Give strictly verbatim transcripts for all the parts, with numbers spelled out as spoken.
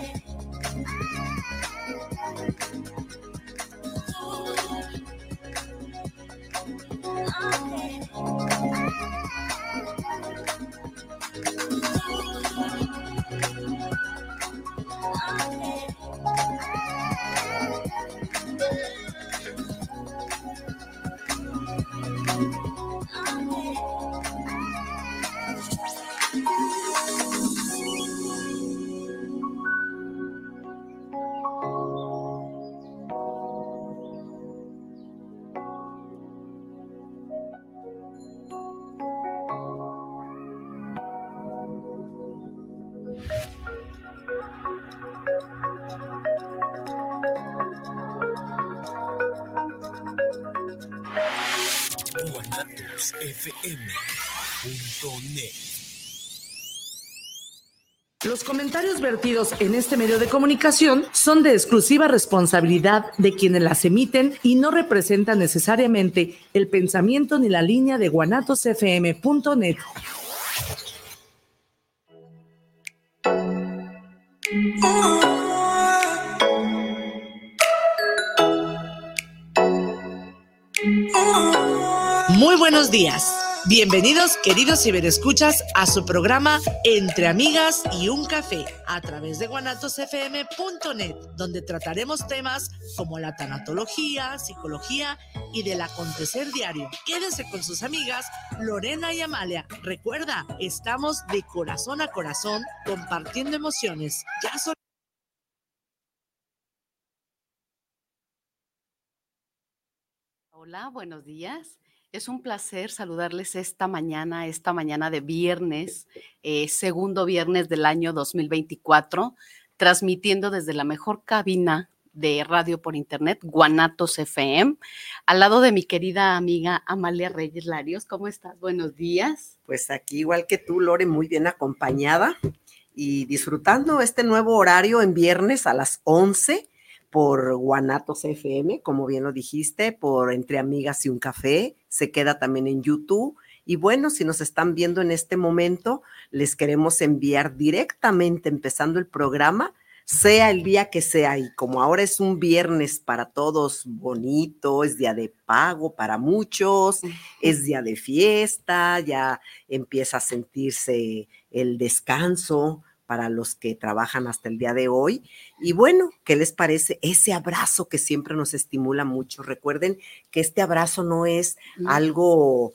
guanatos f m punto net. Los comentarios vertidos en este medio de comunicación son de exclusiva responsabilidad de quienes las emiten y no representan necesariamente el pensamiento ni la línea de guanatos f m punto net. Muy buenos días. Bienvenidos, queridos ciberescuchas, a su programa Entre Amigas y un Café, a través de guanatos f m punto net, donde trataremos temas como la tanatología, psicología y del acontecer diario. Quédense con sus amigas Lorena y Amalia. Recuerda, estamos de corazón a corazón compartiendo emociones. Ya son... Hola, buenos días. Es un placer saludarles esta mañana, esta mañana de viernes, eh, segundo viernes del año dos mil veinticuatro, transmitiendo desde la mejor cabina de radio por internet, Guanatos F M, al lado de mi querida amiga Amalia Reyes Larios. ¿Cómo estás? Buenos días. Pues aquí igual que tú, Lore, muy bien acompañada y disfrutando este nuevo horario en viernes a las once por Guanatos F M, como bien lo dijiste, por Entre Amigas y un Café, se queda también en YouTube. Y bueno, si nos están viendo en este momento, les queremos enviar directamente, empezando el programa, sea el día que sea, y como ahora es un viernes para todos bonito, es día de pago para muchos, es día de fiesta, ya empieza a sentirse el descanso para los que trabajan hasta el día de hoy. Y bueno, ¿qué les parece ese abrazo que siempre nos estimula mucho? Recuerden que este abrazo no es algo,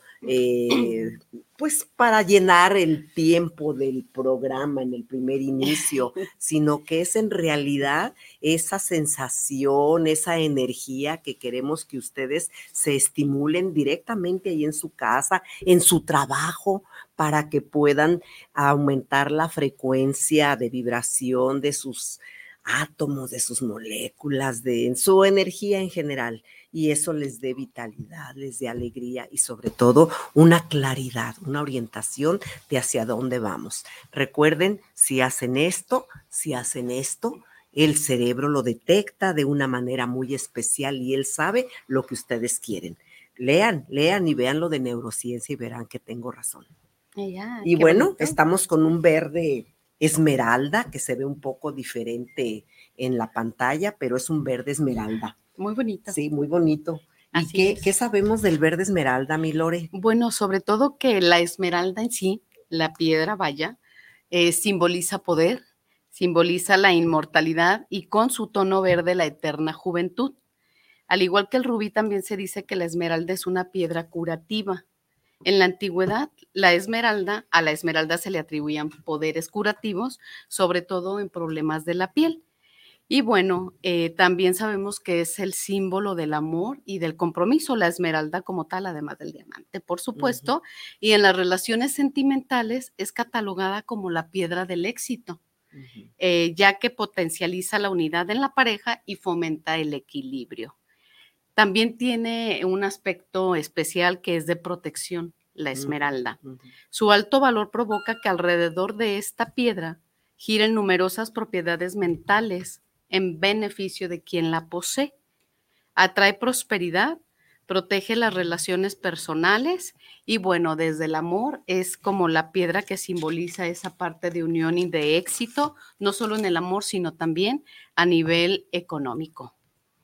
eh, pues, para llenar el tiempo del programa en el primer inicio, sino que es en realidad esa sensación, esa energía que queremos que ustedes se estimulen directamente ahí en su casa, en su trabajo, para que puedan aumentar la frecuencia de vibración de sus átomos, de sus moléculas, de en su energía en general, y eso les dé vitalidad, les dé alegría y sobre todo una claridad, una orientación de hacia dónde vamos. Recuerden, si hacen esto, si hacen esto, el cerebro lo detecta de una manera muy especial y él sabe lo que ustedes quieren. Lean, lean y vean lo de neurociencia y verán que tengo razón. Yeah, y bueno, bonito. Estamos con un verde esmeralda que se ve un poco diferente en la pantalla, pero es un verde esmeralda. Muy bonito. Sí, muy bonito. ¿Y Así qué, es. qué sabemos del verde esmeralda, mi Lore? Bueno, sobre todo que la esmeralda en sí, la piedra, vaya, eh, simboliza poder, simboliza la inmortalidad y con su tono verde la eterna juventud. Al igual que el rubí, también se dice que la esmeralda es una piedra curativa. En la antigüedad, la esmeralda, a la esmeralda se le atribuían poderes curativos, sobre todo en problemas de la piel. Y bueno, eh, también sabemos que es el símbolo del amor y del compromiso, la esmeralda como tal, además del diamante, por supuesto. Uh-huh. Y en las relaciones sentimentales es catalogada como la piedra del éxito, uh-huh. eh, ya que potencializa la unidad en la pareja y fomenta el equilibrio. También tiene un aspecto especial que es de protección, la esmeralda. Uh-huh. Su alto valor provoca que alrededor de esta piedra giren numerosas propiedades mentales en beneficio de quien la posee. Atrae prosperidad, protege las relaciones personales y bueno, desde el amor es como la piedra que simboliza esa parte de unión y de éxito, no solo en el amor, sino también a nivel económico.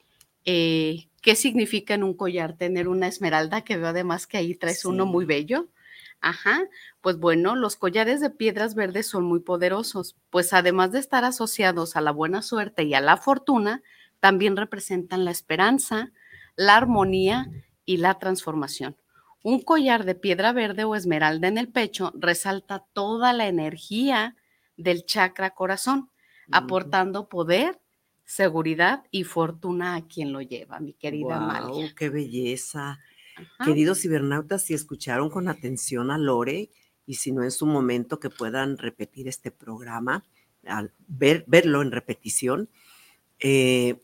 Eh, ¿Qué significa en un collar tener una esmeralda? Que veo además que ahí traes sí. uno muy bello. Ajá, pues bueno, los collares de piedras verdes son muy poderosos, pues además de estar asociados a la buena suerte y a la fortuna, también representan la esperanza, la armonía y la transformación. Un collar de piedra verde o esmeralda en el pecho resalta toda la energía del chakra corazón, uh-huh. aportando poder, seguridad y fortuna a quien lo lleva, mi querida wow, Amalia. ¡Qué belleza! Ajá. Queridos cibernautas, si escucharon con atención a Lore, y si no en su momento que puedan repetir este programa, al ver, verlo en repetición, eh,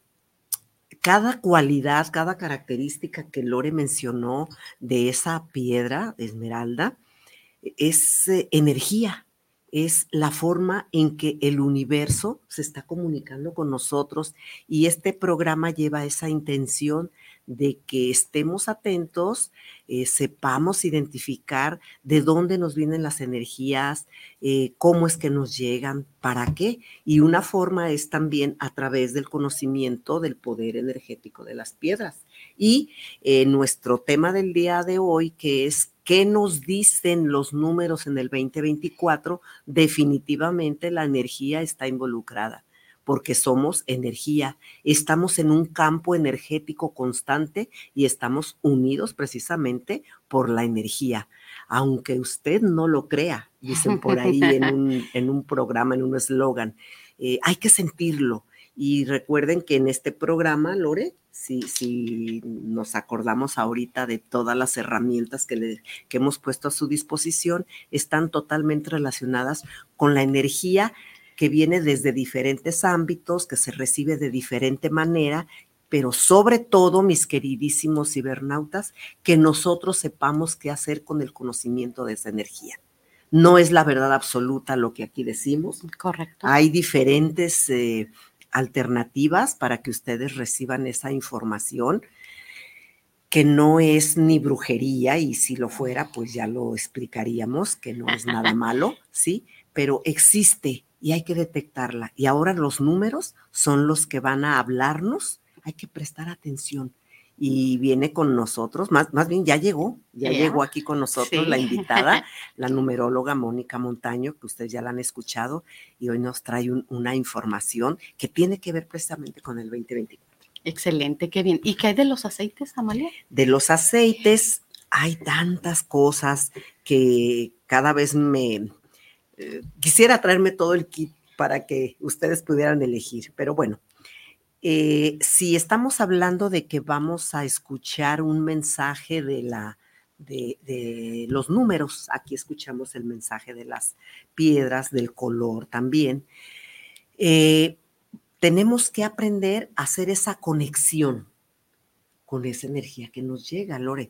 cada cualidad, cada característica que Lore mencionó de esa piedra de esmeralda es eh, energía, es la forma en que el universo se está comunicando con nosotros y este programa lleva esa intención de que estemos atentos, eh, sepamos identificar de dónde nos vienen las energías, eh, cómo es que nos llegan, para qué. Y una forma es también a través del conocimiento del poder energético de las piedras. Y eh, nuestro tema del día de hoy, que es ¿qué nos dicen los números en el veinte veinticuatro? Definitivamente la energía está involucrada, porque somos energía, estamos en un campo energético constante y estamos unidos precisamente por la energía. Aunque usted no lo crea, dicen por ahí en un, en un programa, en un eslogan, eh, hay que sentirlo. Y recuerden que en este programa, Lore, si, si nos acordamos ahorita de todas las herramientas que, le, que hemos puesto a su disposición, están totalmente relacionadas con la energía que viene desde diferentes ámbitos, que se recibe de diferente manera, pero sobre todo, mis queridísimos cibernautas, que nosotros sepamos qué hacer con el conocimiento de esa energía. No es la verdad absoluta lo que aquí decimos. Correcto. Hay diferentes eh, alternativas para que ustedes reciban esa información, que no es ni brujería, y si lo fuera, pues ya lo explicaríamos, que no es nada malo, ¿sí? Pero existe y hay que detectarla. Y ahora los números son los que van a hablarnos, hay que prestar atención. Y viene con nosotros, más, más bien ya llegó, ya yeah. llegó aquí con nosotros sí. la invitada, la numeróloga Mónica Montaño, que ustedes ya la han escuchado, y hoy nos trae un, una información que tiene que ver precisamente con el veinte veinticuatro. Excelente, qué bien. ¿Y qué hay de los aceites, Amalia? De los aceites hay tantas cosas que cada vez me eh, quisiera traerme todo el kit para que ustedes pudieran elegir, pero bueno. Eh, si estamos hablando de que vamos a escuchar un mensaje de, la, de, de los números, aquí escuchamos el mensaje de las piedras, del color también, eh, tenemos que aprender a hacer esa conexión con esa energía que nos llega, Lore,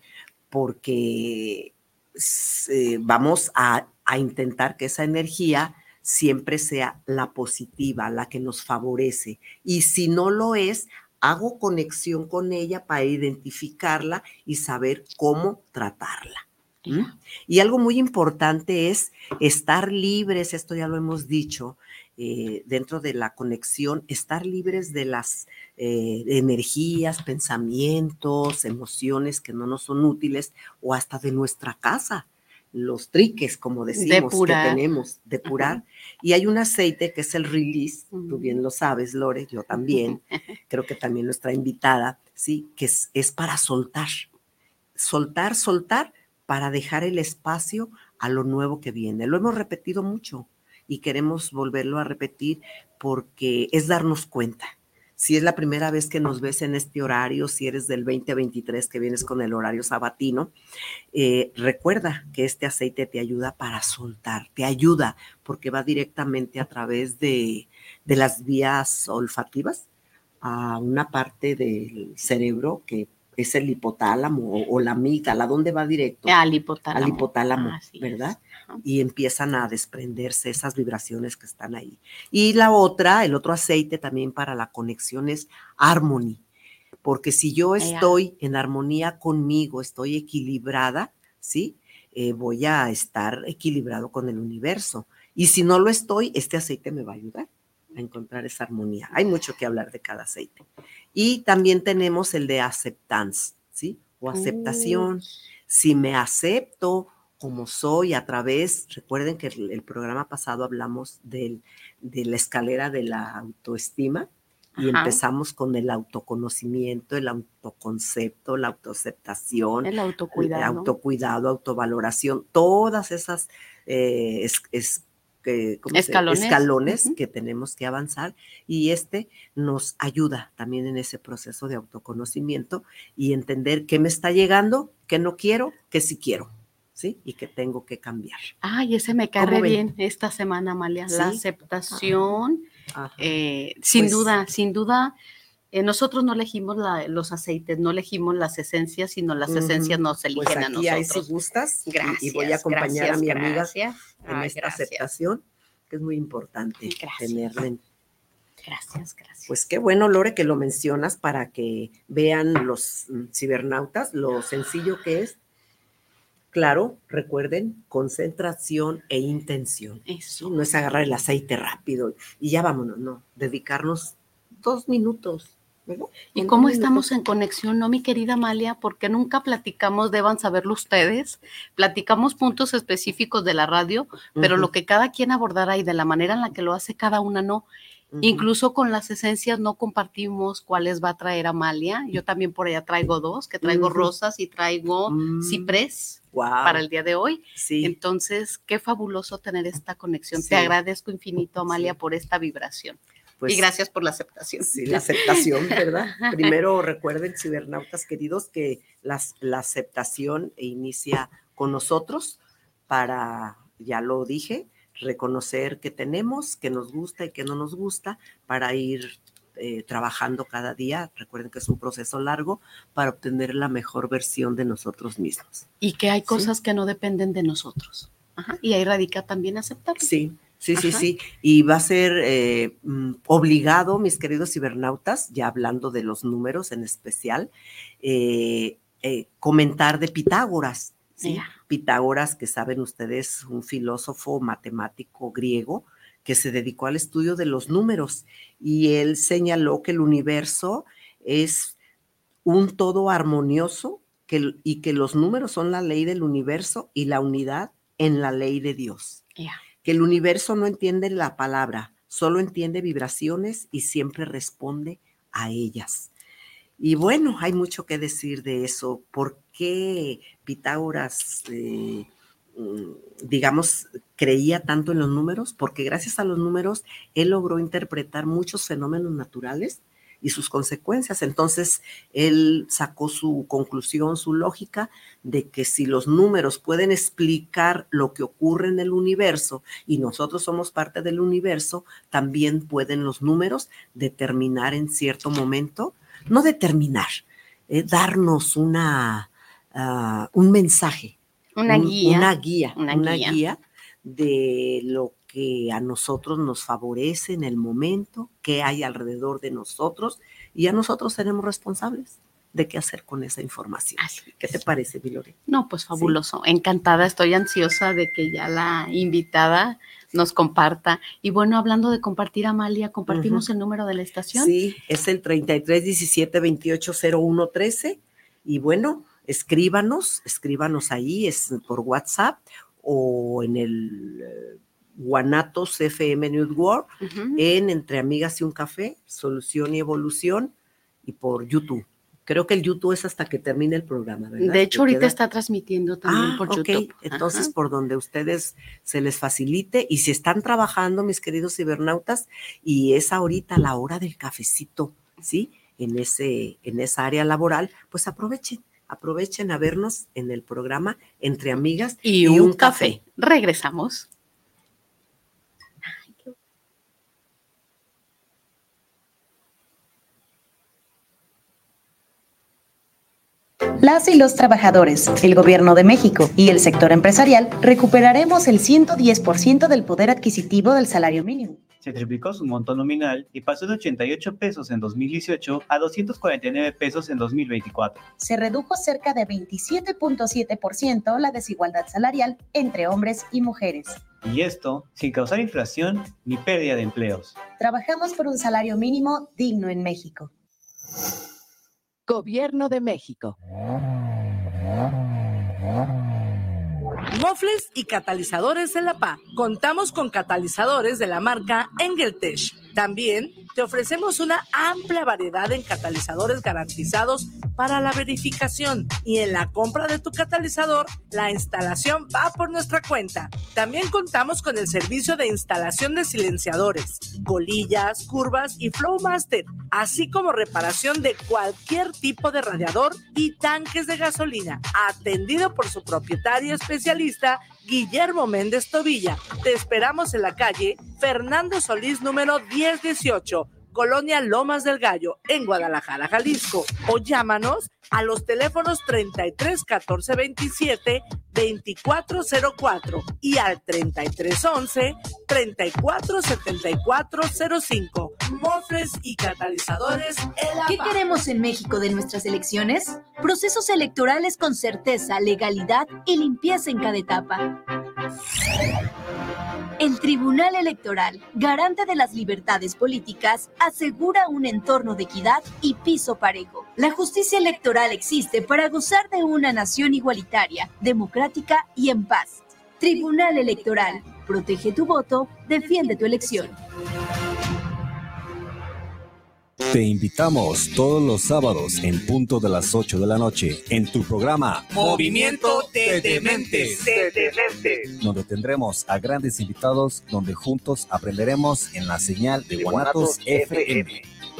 porque eh, vamos a, a intentar que esa energía siempre sea la positiva, la que nos favorece. Y si no lo es, hago conexión con ella para identificarla y saber cómo tratarla. ¿Mm? Y algo muy importante es estar libres, esto ya lo hemos dicho, eh, dentro de la conexión, estar libres de las eh, energías, pensamientos, emociones que no nos son útiles, o hasta de nuestra casa. Los triques, como decimos, depurar. que tenemos, depurar. Ajá. Y hay un aceite que es el Release, uh-huh. tú bien lo sabes, Lore, yo también, creo que también nuestra invitada, sí, que es, es para soltar, soltar, soltar, para dejar el espacio a lo nuevo que viene. Lo hemos repetido mucho y queremos volverlo a repetir porque es darnos cuenta. Si es la primera vez que nos ves en este horario, si eres del veinte veintitrés que vienes con el horario sabatino, eh, recuerda que este aceite te ayuda para soltar, te ayuda porque va directamente a través de, de las vías olfativas a una parte del cerebro que es el hipotálamo o, o la amígdala. ¿A dónde va directo? Al hipotálamo. Al hipotálamo, ah, ¿verdad? Y empiezan a desprenderse esas vibraciones que están ahí. Y la otra, el otro aceite también para la conexión es Harmony. porque si yo estoy en armonía conmigo, estoy equilibrada, ¿sí? Eh, voy a estar equilibrado con el universo. Y si no lo estoy, este aceite me va a ayudar a encontrar esa armonía. Hay mucho que hablar de cada aceite. Y también tenemos el de acceptance, ¿sí? O aceptación. Uh. Si me acepto como soy a través, recuerden que el, el programa pasado hablamos del, de la escalera de la autoestima y Ajá. empezamos con el autoconocimiento, el autoconcepto, la autoaceptación, el autocuidado, el autocuidado, autovaloración, todas esas eh, es, es, eh, ¿cómo escalones, se, escalones uh-huh. que tenemos que avanzar, y este nos ayuda también en ese proceso de autoconocimiento y entender qué me está llegando, qué no quiero, qué sí quiero. ¿Sí? Y que tengo que cambiar. Ay, ese me cae bien esta semana, Amalia. ¿Sí? La aceptación, Ajá. Ajá. Eh, sin pues, duda, sin duda, eh, nosotros no elegimos la, los aceites, no elegimos las esencias, sino las uh-huh. esencias nos eligen pues aquí a nosotros. Ahí si gustas, gracias, y voy a acompañar gracias, a mi amiga gracias. en Ay, esta gracias. aceptación, que es muy importante gracias. tenerla en. Gracias, gracias. Pues qué bueno, Lore, que lo mencionas para que vean los cibernautas lo sencillo que es. Claro, recuerden, concentración e intención. Eso. No es agarrar el aceite rápido y ya vámonos, no. Dedicarnos dos minutos. ¿verdad? ¿Y cómo estamos en conexión, no, mi querida Amalia? Porque nunca platicamos, deban saberlo ustedes, platicamos puntos específicos de la radio, pero uh-huh. lo que cada quien abordará y de la manera en la que lo hace cada una, no. Uh-huh. Incluso con las esencias no compartimos cuáles va a traer Amalia. Yo también por allá traigo dos, que traigo uh-huh. rosas y traigo uh-huh. ciprés. Wow. Para el día de hoy. Sí. Entonces, qué fabuloso tener esta conexión. Sí. Te agradezco infinito, Amalia, sí. por esta vibración. Pues, y gracias por la aceptación. Sí, la aceptación, ¿verdad? Primero recuerden, cibernautas queridos, que las, la aceptación inicia con nosotros para, ya lo dije, reconocer qué tenemos, qué nos gusta y qué no nos gusta, para ir Eh, trabajando cada día. Recuerden que es un proceso largo para obtener la mejor versión de nosotros mismos. Y que hay cosas ¿sí? que no dependen de nosotros. Ajá. Y ahí radica también aceptarlo. Sí, sí, Ajá. sí, sí. Y va a ser eh, obligado, mis queridos cibernautas, ya hablando de los números en especial, eh, eh, comentar de Pitágoras. ¿sí? Yeah. Pitágoras, que saben ustedes, un filósofo matemático griego, que se dedicó al estudio de los números, y él señaló que el universo es un todo armonioso que, y que los números son la ley del universo y la unidad en la ley de Dios. Yeah. Que el universo no entiende la palabra, solo entiende vibraciones y siempre responde a ellas. Y bueno, hay mucho que decir de eso. ¿Por qué Pitágoras... Eh, digamos, creía tanto en los números? Porque gracias a los números él logró interpretar muchos fenómenos naturales y sus consecuencias. Entonces él sacó su conclusión, su lógica, de que si los números pueden explicar lo que ocurre en el universo y nosotros somos parte del universo, también pueden los números determinar en cierto momento, no determinar, eh, darnos una, uh, un mensaje. Una guía. Un, una guía, una, una guía. guía de lo que a nosotros nos favorece en el momento, qué hay alrededor de nosotros, y a nosotros seremos responsables de qué hacer con esa información. Así ¿Qué te parece, Vilore? No, pues fabuloso. ¿Sí? Encantada, estoy ansiosa de que ya la invitada nos comparta. Y bueno, hablando de compartir, Amalia, ¿compartimos uh-huh. el número de la estación? Sí, es el treinta y tres diecisiete veintiocho cero uno trece, y bueno, escríbanos, escríbanos ahí, es por WhatsApp o en el uh, Guanatos F M Network, uh-huh. en Entre Amigas y un Café, Solución y Evolución, y por YouTube. Creo que el YouTube es hasta que termine el programa, ¿verdad? De hecho, ahorita queda? está transmitiendo también ah, por okay. YouTube. Entonces, Ajá. por donde ustedes se les facilite, y si están trabajando, mis queridos cibernautas, y es ahorita la hora del cafecito, ¿sí? En, ese, en esa área laboral, pues aprovechen. Aprovechen a vernos en el programa Entre Amigas y, y un, un café. café. Regresamos. Las y los trabajadores, el Gobierno de México y el sector empresarial recuperaremos el ciento diez por ciento del poder adquisitivo del salario mínimo. Se triplicó su monto nominal y pasó de ochenta y ocho pesos en dos mil dieciocho a doscientos cuarenta y nueve pesos en dos mil veinticuatro. Se redujo cerca de veintisiete punto siete por ciento la desigualdad salarial entre hombres y mujeres. Y esto sin causar inflación ni pérdida de empleos. Trabajamos por un salario mínimo digno en México. Gobierno de México. Mofles y catalizadores en La P A. Contamos con catalizadores de la marca Engeltech. También te ofrecemos una amplia variedad en catalizadores garantizados para la verificación. Y en la compra de tu catalizador, la instalación va por nuestra cuenta. También contamos con el servicio de instalación de silenciadores, colillas, curvas y Flowmaster, así como reparación de cualquier tipo de radiador y tanques de gasolina, atendido por su propietario especialista, Guillermo Méndez Tobilla. Te esperamos en la calle Fernando Solís número diez dieciocho, Colonia Lomas del Gallo, en Guadalajara, Jalisco. O llámanos a los teléfonos treinta y tres catorce veintisiete veinticuatro cero cuatro y al treinta y tres once treinta y cuatro setenta y cuatro cero cinco. Mofles y catalizadores en La ¿Qué P A. queremos en México de nuestras elecciones? Procesos electorales con certeza, legalidad y limpieza en cada etapa. El Tribunal Electoral, garante de las libertades políticas, asegura un entorno de equidad y piso parejo. La justicia electoral existe para gozar de una nación igualitaria, democrática y en paz. Tribunal Electoral, protege tu voto, defiende tu elección. Te invitamos todos los sábados en punto de las ocho de la noche en tu programa Movimiento de Dementes. De Dementes, donde tendremos a grandes invitados, donde juntos aprenderemos en la señal de Guanatos F M.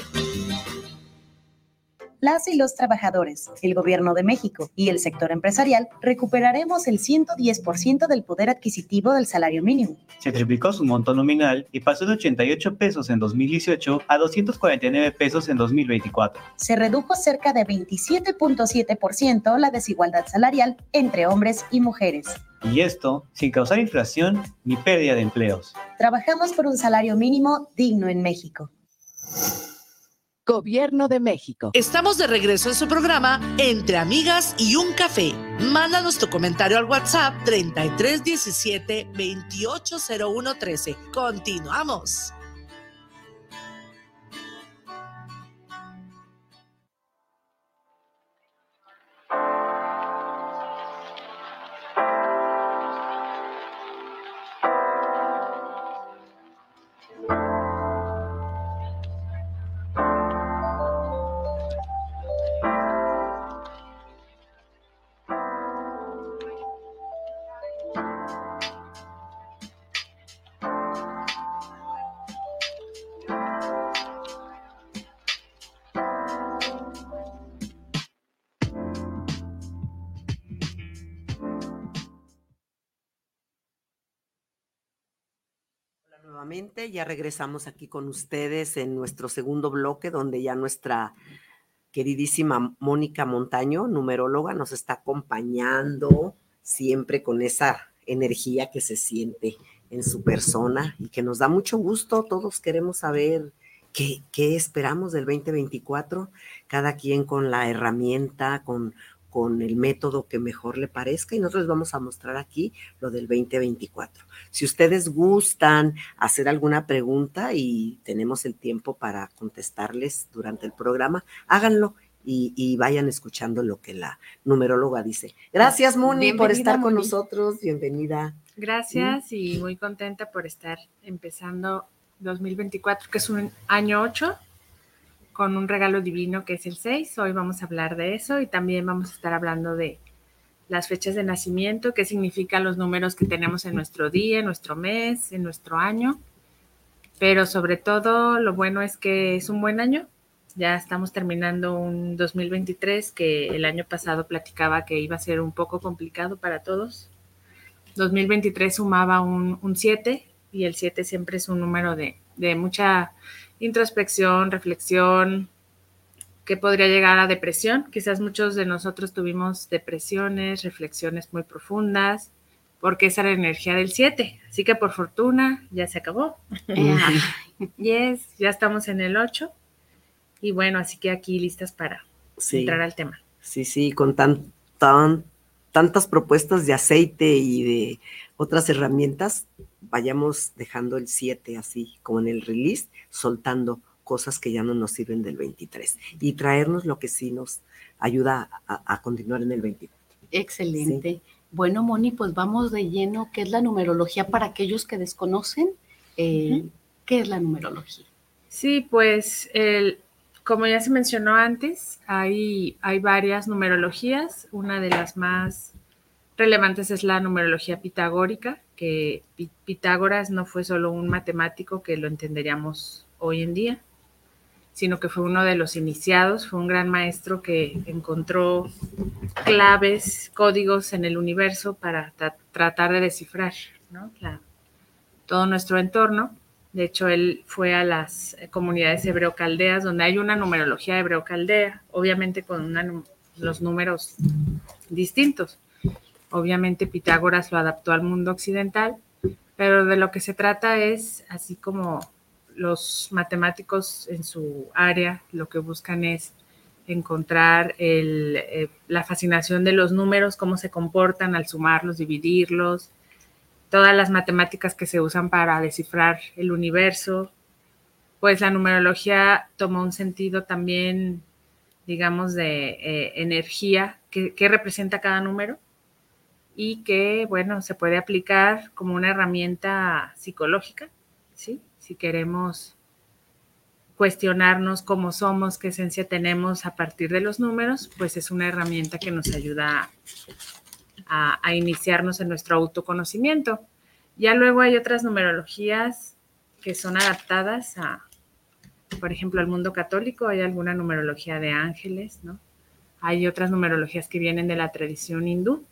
Las y los trabajadores, el Gobierno de México y el sector empresarial recuperaremos el ciento diez por ciento del poder adquisitivo del salario mínimo. Se triplicó su monto nominal y pasó de ochenta y ocho pesos en dos mil dieciocho a doscientos cuarenta y nueve pesos en dos mil veinticuatro. Se redujo cerca de veintisiete punto siete por ciento la desigualdad salarial entre hombres y mujeres. Y esto sin causar inflación ni pérdida de empleos. Trabajamos por un salario mínimo digno en México. Gobierno de México. Estamos de regreso en su programa Entre Amigas y un Café. Mándanos tu comentario al WhatsApp treinta y tres diecisiete veintiocho cero uno trece. Continuamos. Nuevamente, ya regresamos aquí con ustedes en nuestro segundo bloque, donde ya nuestra queridísima Mónica Montaño, numeróloga, nos está acompañando siempre con esa energía que se siente en su persona y que nos da mucho gusto. Todos queremos saber qué, qué esperamos del veinte veinticuatro, cada quien con la herramienta, con con el método que mejor le parezca, y nosotros vamos a mostrar aquí lo del veinte veinticuatro. Si ustedes gustan hacer alguna pregunta y tenemos el tiempo para contestarles durante el programa, háganlo y, y vayan escuchando lo que la numeróloga dice. Gracias, Moni, Bienvenida, por estar con Moni. nosotros. Bienvenida. Gracias y muy contenta por estar empezando dos mil veinticuatro, que es un año ocho, con un regalo divino que es el seis. Hoy vamos a hablar de eso y también vamos a estar hablando de las fechas de nacimiento, qué significan los números que tenemos en nuestro día, en nuestro mes, en nuestro año. Pero sobre todo lo bueno es que es un buen año. Ya estamos terminando un dos mil veintitrés que el año pasado platicaba que iba a ser un poco complicado para todos. dos mil veintitrés sumaba un, un siete y el siete siempre es un número de, de mucha introspección, reflexión, que podría llegar a depresión. Quizás muchos de nosotros tuvimos depresiones, reflexiones muy profundas, porque esa era la energía del siete. Así que por fortuna ya se acabó. Yes, ya estamos en el ocho. Y bueno, así que aquí listas para sí. entrar al tema. Sí, sí, con tan, tan, tantas propuestas de aceite y de otras herramientas, vayamos dejando el siete así, como en el release, soltando cosas que ya no nos sirven del veintitrés y traernos lo que sí nos ayuda a, a continuar en el veinticuatro. Excelente. Sí. Bueno, Moni, pues vamos de lleno. ¿Qué es la numerología para aquellos que desconocen? Eh, uh-huh. ¿Qué es la numerología? Sí, pues el, como ya se mencionó antes, hay, hay varias numerologías. Una de las más relevantes es la numerología pitagórica, que Pitágoras no fue solo un matemático que lo entenderíamos hoy en día, sino que fue uno de los iniciados, fue un gran maestro que encontró claves, códigos en el universo para tra- tratar de descifrar, ¿no? La, todo nuestro entorno. De hecho, él fue a las comunidades hebreo-caldeas, donde hay una numerología hebreo-caldea, obviamente con una, los números distintos. Obviamente Pitágoras lo adaptó al mundo occidental, pero de lo que se trata es, así como los matemáticos en su área lo que buscan es encontrar el, eh, la fascinación de los números, cómo se comportan al sumarlos, dividirlos, todas las matemáticas que se usan para descifrar el universo, pues la numerología tomó un sentido también, digamos, de eh, energía, que, que representa cada número y que, bueno, se puede aplicar como una herramienta psicológica, ¿sí? Si queremos cuestionarnos cómo somos, qué esencia tenemos a partir de los números, pues es una herramienta que nos ayuda a, a iniciarnos en nuestro autoconocimiento. Ya luego hay otras numerologías que son adaptadas a, por ejemplo, al mundo católico. Hay alguna numerología de ángeles, ¿no? Hay otras numerologías que vienen de la tradición hindú,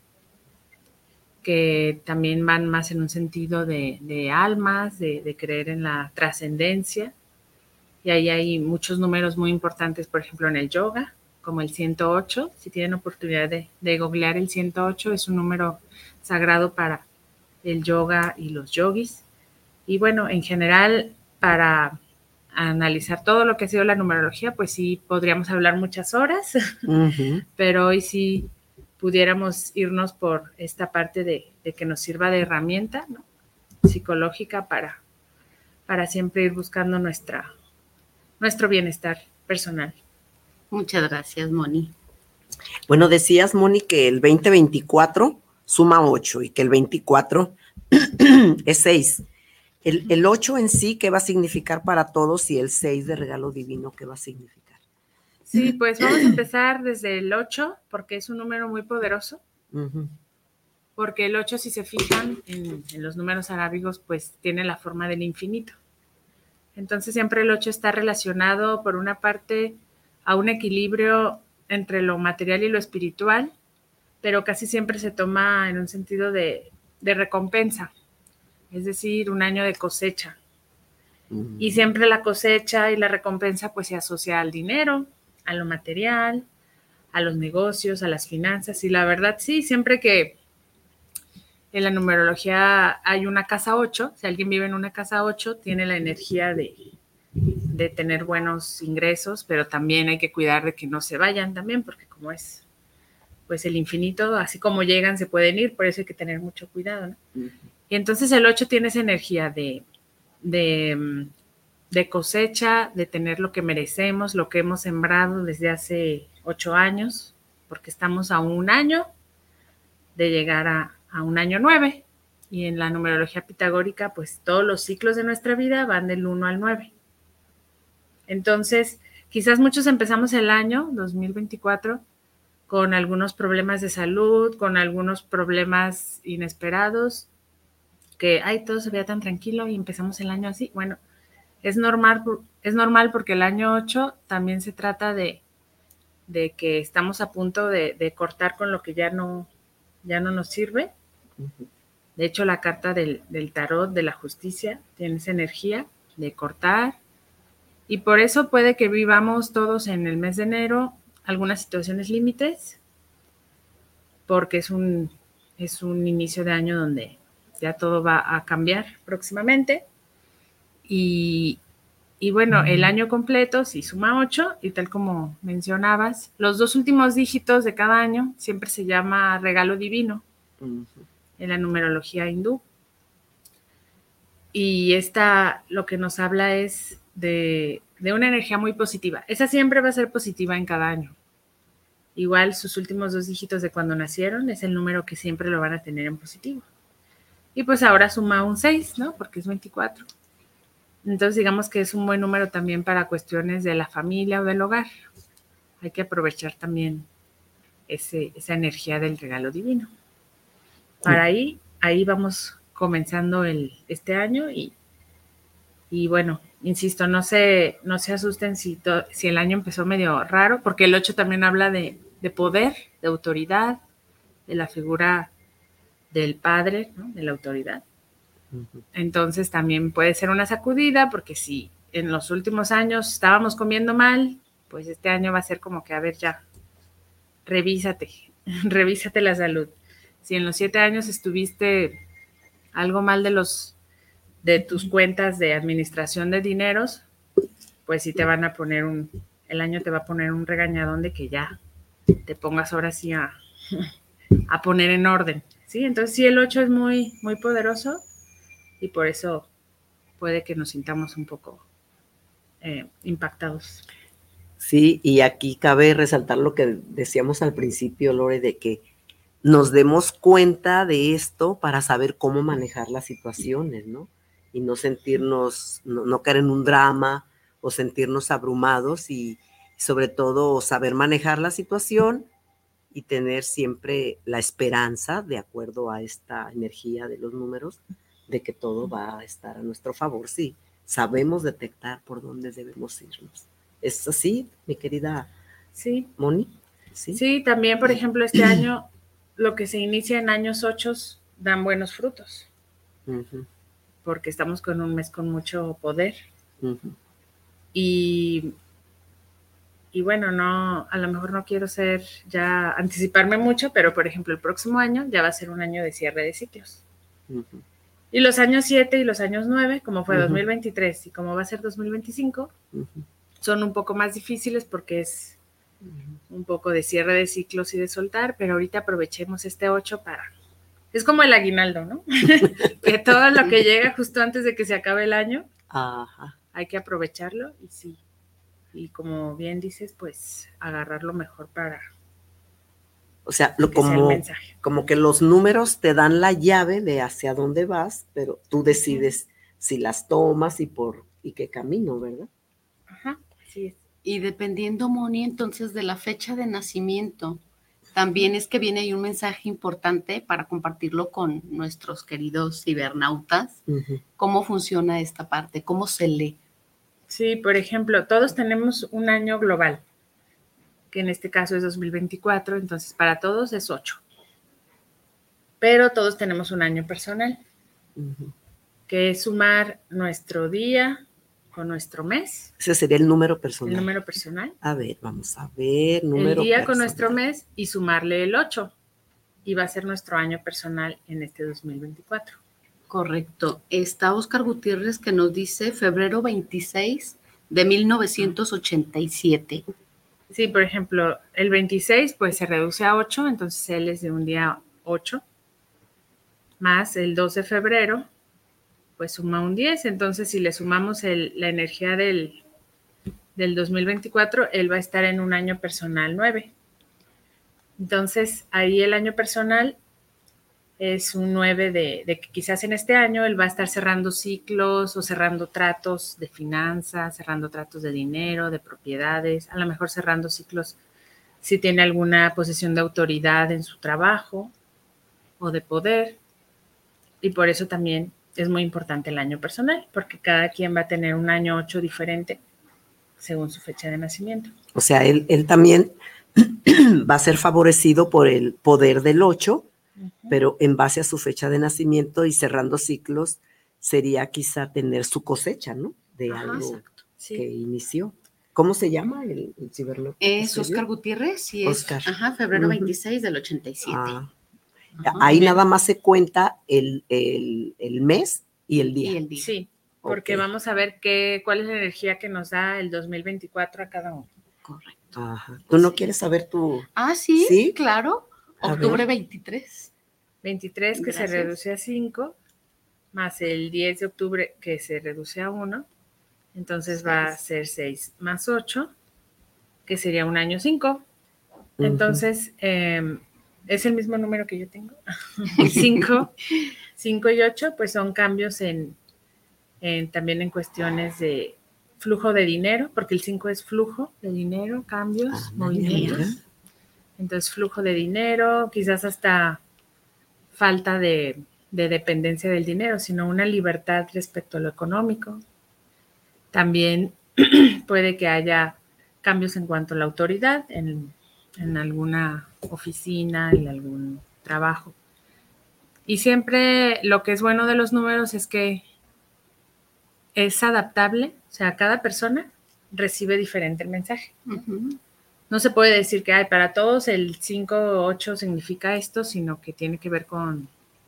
que también van más en un sentido de, de almas, de, de creer en la trascendencia. Y ahí hay muchos números muy importantes, por ejemplo, en el yoga, como el ciento ocho. Si tienen oportunidad de, de googlear el ciento ocho, es un número sagrado para el yoga y los yogis. Y bueno, en general, para analizar todo lo que ha sido la numerología, pues sí podríamos hablar muchas horas, uh-huh. Pero hoy sí pudiéramos irnos por esta parte de, de que nos sirva de herramienta, ¿no? Psicológica para, para siempre ir buscando nuestra, nuestro bienestar personal. Muchas gracias, Moni. Bueno, decías, Moni, que el veinte veinticuatro suma ocho y que el veinticuatro es seis. El, el ocho en sí, ¿qué va a significar para todos? Y el seis de regalo divino, ¿qué va a significar? Sí, pues vamos a empezar desde el ocho, porque es un número muy poderoso. Uh-huh. Porque el ocho, si se fijan en, en los números arábigos, pues tiene la forma del infinito. Entonces siempre el ocho está relacionado, por una parte, a un equilibrio entre lo material y lo espiritual, pero casi siempre se toma en un sentido de, de recompensa, es decir, un año de cosecha. Uh-huh. Y siempre la cosecha y la recompensa pues se asocia al dinero, a lo material, a los negocios, a las finanzas. Y la verdad, sí, siempre que en la numerología hay una casa ocho, si alguien vive en una casa ocho, tiene la energía de, de tener buenos ingresos, pero también hay que cuidar de que no se vayan también, porque como es pues el infinito, así como llegan se pueden ir, por eso hay que tener mucho cuidado, ¿no? Uh-huh. Y entonces el ocho tiene esa energía de, de, de cosecha, de tener lo que merecemos, lo que hemos sembrado desde hace ocho años, porque estamos a un año de llegar a, a un año nueve. Y en la numerología pitagórica, pues todos los ciclos de nuestra vida van del uno al nueve. Entonces, quizás muchos empezamos el año dos mil veinticuatro con algunos problemas de salud, con algunos problemas inesperados, que, ay, todo se veía tan tranquilo y empezamos el año así. Bueno, es normal, es normal porque el año ocho también se trata de, de que estamos a punto de, de cortar con lo que ya no, ya no nos sirve. De hecho, la carta del, del tarot de la justicia tiene esa energía de cortar. Y por eso puede que vivamos todos en el mes de enero algunas situaciones límites, porque es un, es un inicio de año donde ya todo va a cambiar próximamente. Y, y bueno, el año completo sí suma ocho, y tal como mencionabas, los dos últimos dígitos de cada año siempre se llama regalo divino uh-huh. en la numerología hindú. Y esta lo que nos habla es de, de una energía muy positiva. Esa siempre va a ser positiva en cada año. Igual sus últimos dos dígitos de cuando nacieron es el número que siempre lo van a tener en positivo. Y pues ahora suma un seis, ¿no? Porque es veinticuatro. Entonces digamos que es un buen número también para cuestiones de la familia o del hogar. Hay que aprovechar también ese, esa energía del regalo divino. Para ahí, ahí vamos comenzando el, este año y, y bueno, insisto, no se, no se asusten si, to, si el año empezó medio raro, porque el ocho también habla de, de poder, de autoridad, de la figura del padre, ¿no? De la autoridad. Uh-huh. Entonces también puede ser una sacudida, porque si en los últimos años estábamos comiendo mal, pues este año va a ser como que, a ver, ya, revísate, revísate la salud. Si en los siete años estuviste algo mal de los de tus cuentas de administración de dineros, pues sí te van a poner un, el año te va a poner un regañadón de que ya te pongas ahora sí a, a poner en orden, ¿sí? Entonces sí, el ocho es muy, muy poderoso y por eso puede que nos sintamos un poco eh, impactados. Sí, y aquí cabe resaltar lo que decíamos al principio, Lore, de que nos demos cuenta de esto para saber cómo manejar las situaciones, ¿no? Y no sentirnos, no, no caer en un drama o sentirnos abrumados y sobre todo saber manejar la situación y tener siempre la esperanza, de acuerdo a esta energía de los números, de que todo va a estar a nuestro favor, sí, sabemos detectar por dónde debemos irnos. ¿Es así, mi querida sí. Moni? Sí, sí, también, por ejemplo, este año lo que se inicia en años ocho dan buenos frutos, uh-huh. porque estamos con un mes con mucho poder. Uh-huh. Y, y bueno, no, a lo mejor no quiero ser ya anticiparme mucho, pero por ejemplo, el próximo año ya va a ser un año de cierre de ciclos. Uh-huh. Y los años siete y los años nueve, como fue uh-huh. dos mil veintitrés y como va a ser dos mil veinticinco, uh-huh. son un poco más difíciles porque es un poco de cierre de ciclos y de soltar, pero ahorita aprovechemos este ocho para... Es como el aguinaldo, ¿no? Que todo lo que llega justo antes de que se acabe el año, Ajá. hay que aprovecharlo y sí. Y como bien dices, pues agarrarlo mejor para... O sea, lo, como, como que los números te dan la llave de hacia dónde vas, pero tú decides sí. si las tomas y por y qué camino, ¿verdad? Ajá, sí es. Y dependiendo, Moni, entonces de la fecha de nacimiento, también es que viene ahí un mensaje importante para compartirlo con nuestros queridos cibernautas. Uh-huh. ¿Cómo funciona esta parte? ¿Cómo se lee? Sí, por ejemplo, todos tenemos un año global, que en este caso es dos mil veinticuatro, entonces para todos es ocho. Pero todos tenemos un año personal, uh-huh. que es sumar nuestro día con nuestro mes. Ese sería el número personal. El número personal. A ver, vamos a ver. Número el día personal. Con nuestro mes y sumarle el ocho. Y va a ser nuestro año personal en este dos mil veinticuatro. Correcto. Está Oscar Gutiérrez que nos dice febrero veintiséis de mil novecientos ochenta y siete. Sí, por ejemplo, el veintiséis pues se reduce a ocho, entonces él es de un día ocho. Más el dos de febrero. Pues suma un diez, entonces si le sumamos el, la energía del, del dos mil veinticuatro, él va a estar en un año personal nueve. Entonces, ahí el año personal es un nueve de, de que quizás en este año él va a estar cerrando ciclos o cerrando tratos de finanzas, cerrando tratos de dinero, de propiedades, a lo mejor cerrando ciclos si tiene alguna posición de autoridad en su trabajo o de poder. Y por eso también es muy importante el año personal, porque cada quien va a tener un año ocho diferente según su fecha de nacimiento. O sea, él, él también va a ser favorecido por el poder del ocho, uh-huh. pero en base a su fecha de nacimiento y cerrando ciclos, sería quizá tener su cosecha, ¿no? De Ajá, algo exacto, sí. que inició. ¿Cómo se llama el, el cibernauta? Es Oscar Gutiérrez y es Oscar. Ajá, febrero uh-huh. veintiséis del ochenta y siete. Ah. Ajá. Ahí nada más se cuenta el, el, el mes y el día. Y el día. Sí, porque Ok. vamos a ver qué, cuál es la energía que nos da el dos mil veinticuatro a cada uno. Correcto. Ajá. ¿Tú no Sí. quieres saber tu...? Ah, sí, ¿Sí? claro. A Octubre ver. veintitrés. veintitrés que Gracias. se reduce a cinco, más el diez de octubre que se reduce a uno, entonces va a ser seis más ocho, que sería un año cinco. Entonces, eh, es el mismo número que yo tengo. cinco, cinco y ocho, pues son cambios en, en también en cuestiones de flujo de dinero, porque el cinco es flujo de dinero, cambios, Ah, movimientos. mira. Entonces, flujo de dinero, quizás hasta falta de, de dependencia del dinero, sino una libertad respecto a lo económico. También puede que haya cambios en cuanto a la autoridad en, en alguna oficina, en algún trabajo. Y siempre lo que es bueno de los números es que es adaptable, o sea, cada persona recibe diferente el mensaje. Ujú. No se puede decir que ay, para todos el cinco o ocho significa esto, sino que tiene que ver con,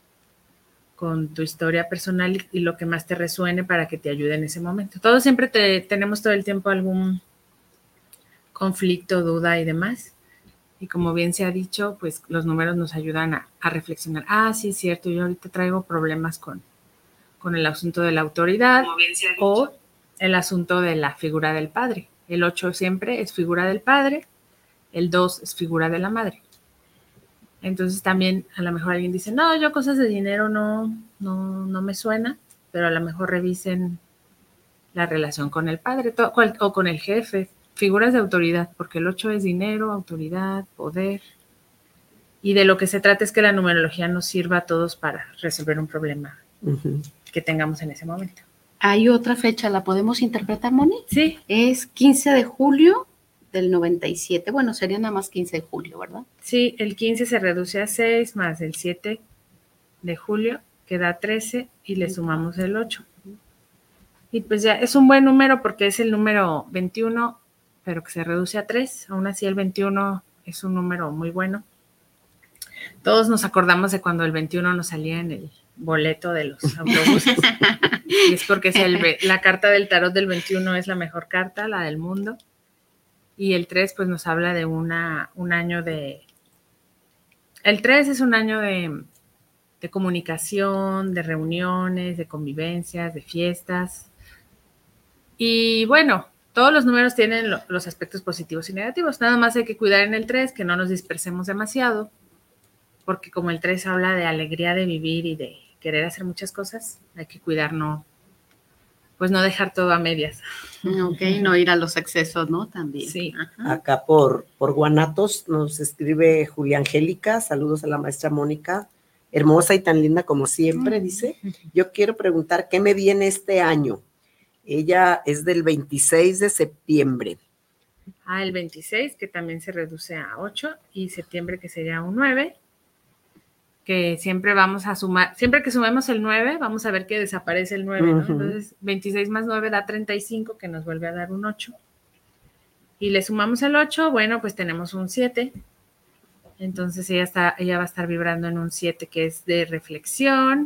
con tu historia personal y, y lo que más te resuene para que te ayude en ese momento. Todos siempre te, tenemos todo el tiempo algún conflicto, duda y demás. Y como bien se ha dicho, pues los números nos ayudan a, a reflexionar. Ah, sí, es cierto, yo ahorita traigo problemas con, con el asunto de la autoridad o el asunto de la figura del padre. El ocho siempre es figura del padre, el dos es figura de la madre. Entonces también a lo mejor alguien dice, no, yo cosas de dinero no, no, no me suena, pero a lo mejor revisen la relación con el padre to- cual- o con el jefe, figuras de autoridad, porque el ocho es dinero, autoridad, poder. Y de lo que se trata es que la numerología nos sirva a todos para resolver un problema Ujú. que tengamos en ese momento. Hay otra fecha, ¿la podemos interpretar, Moni? Sí, Es quince de julio del noventa y siete. Bueno, sería nada más quince de julio, ¿verdad? sí, el quince se reduce a seis más el siete de julio, que da trece, y le sumamos el ocho. Y pues ya es un buen número porque es el número veintiuno, pero que se reduce a tres. Aún así el veintiuno es un número muy bueno. Todos nos acordamos de cuando el veintiuno nos salía en el boleto de los autobuses. Y es porque es el, la carta del tarot del veintiuno es la mejor carta, la del mundo. Y el tres pues nos habla de una, un año de... El tres es un año de, de comunicación, de reuniones, de convivencias, de fiestas. Y bueno, todos los números tienen lo, los aspectos positivos y negativos. Nada más hay que cuidar en el tres que no nos dispersemos demasiado, porque como el tres habla de alegría de vivir y de querer hacer muchas cosas, hay que cuidar no, pues no dejar todo a medias. Ok, no ir a los excesos, ¿no? También. Sí. Ajá. Acá por, por Guanatos nos escribe Julia Angélica, saludos a la maestra Mónica, hermosa y tan linda como siempre, dice, yo quiero preguntar qué me viene este año. Ella es del veintiséis de septiembre. Ah, el veintiséis, que también se reduce a ocho, y septiembre, que sería un nueve, que siempre vamos a sumar, siempre que sumemos el nueve, vamos a ver que desaparece el nueve, ¿no? Ujú. Entonces, veintiséis más nueve da treinta y cinco, que nos vuelve a dar un ocho. Y le sumamos el ocho, bueno, pues tenemos un siete. Entonces ella, está, ella va a estar vibrando en un siete, que es de reflexión,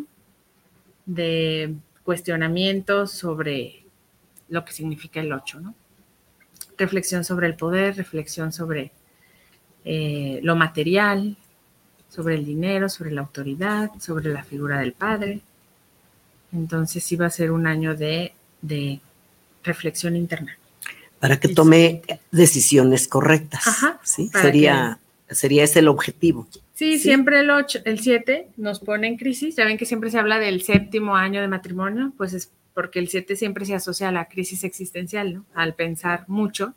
de cuestionamientos sobre lo que significa el ocho, ¿no? Reflexión sobre el poder, reflexión sobre eh, lo material, sobre el dinero, sobre la autoridad, sobre la figura del padre. Entonces sí va a ser un año de, de reflexión interna. Para que tome decisiones correctas. Ajá, ¿sí? para Sería, sería ese el objetivo. Sí, Sí. siempre el ocho, el siete nos pone en crisis. Ya ven que siempre se habla del séptimo año de matrimonio, pues es porque el siete siempre se asocia a la crisis existencial, ¿no? Al pensar mucho.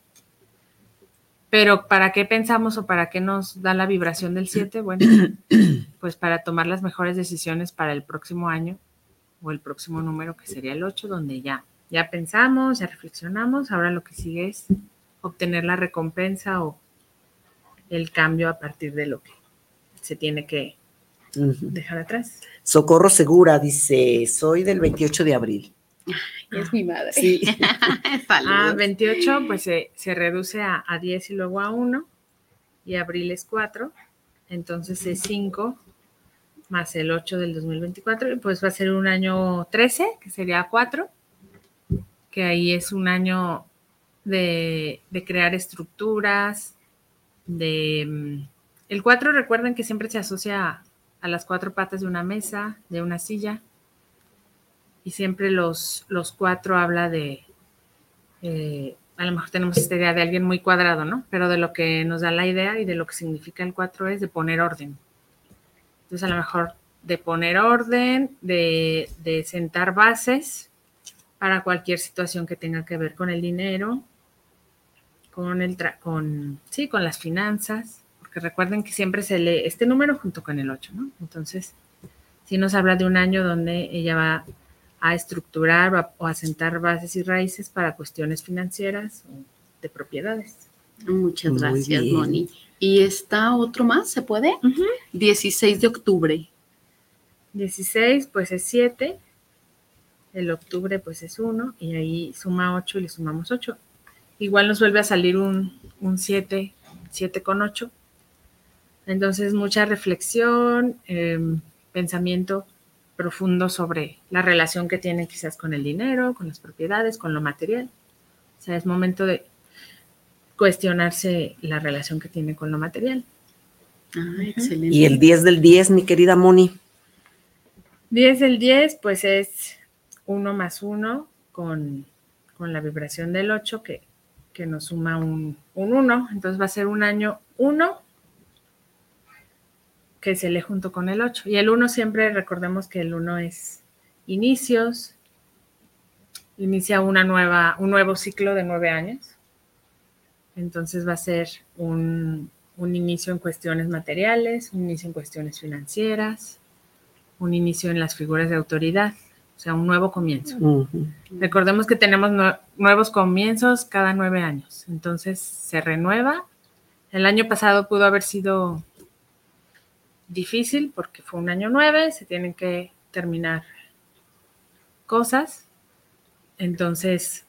Pero ¿para qué pensamos o para qué nos da la vibración del siete? Bueno, pues para tomar las mejores decisiones para el próximo año o el próximo número, que sería el ocho, donde ya, ya pensamos, ya reflexionamos. Ahora lo que sigue es obtener la recompensa o el cambio a partir de lo que se tiene que Ujú. dejar atrás. Socorro Segura dice, soy del veintiocho de abril. Es mi madre. Sí. Saludos. Ah, veintiocho, pues se, se reduce a, a diez y luego a uno, y abril es cuatro, entonces es cinco, más el ocho del dos mil veinticuatro, y pues va a ser un año trece, que sería cuatro, que ahí es un año de, de crear estructuras, de... El cuatro, recuerden que siempre se asocia a, a las cuatro patas de una mesa, de una silla, y siempre los, los cuatro habla de... Eh, a lo mejor tenemos esta idea de alguien muy cuadrado, ¿no? Pero de lo que nos da la idea y de lo que significa el cuatro es de poner orden. Entonces, a lo mejor de poner orden, de, de sentar bases para cualquier situación que tenga que ver con el dinero, con el tra con, sí, con las finanzas, porque recuerden que siempre se lee este número junto con el ocho, ¿no? Entonces, sí nos habla de un año donde ella va a estructurar o a, o a sentar bases y raíces para cuestiones financieras o de propiedades. Muchas gracias, Moni. ¿Y está otro más? ¿Se puede? Uh-huh. dieciséis de octubre. dieciséis, pues es siete. El octubre, pues es uno. Y ahí suma ocho y le sumamos ocho. Igual nos vuelve a salir un, un siete, siete con ocho. Entonces, mucha reflexión, eh, pensamiento profundo sobre la relación que tienen quizás con el dinero, con las propiedades, con lo material. O sea, es momento de cuestionarse la relación que tiene con lo material. Ah, excelente. Y el diez del diez, mi querida Moni. diez del diez, pues es uno más uno con, con la vibración del ocho que, que nos suma un, un uno. Entonces va a ser un año uno que se lee junto con el ocho. Y el uno siempre, recordemos que el uno es inicios, inicia una nueva, un nuevo ciclo de nueve años. Entonces va a ser un, un inicio en cuestiones materiales, un inicio en cuestiones financieras, un inicio en las figuras de autoridad, o sea, un nuevo comienzo. Uh-huh. Recordemos que tenemos nue- nuevos comienzos cada nueve años, entonces se renueva. El año pasado pudo haber sido difícil porque fue un año nueve, se tienen que terminar cosas, entonces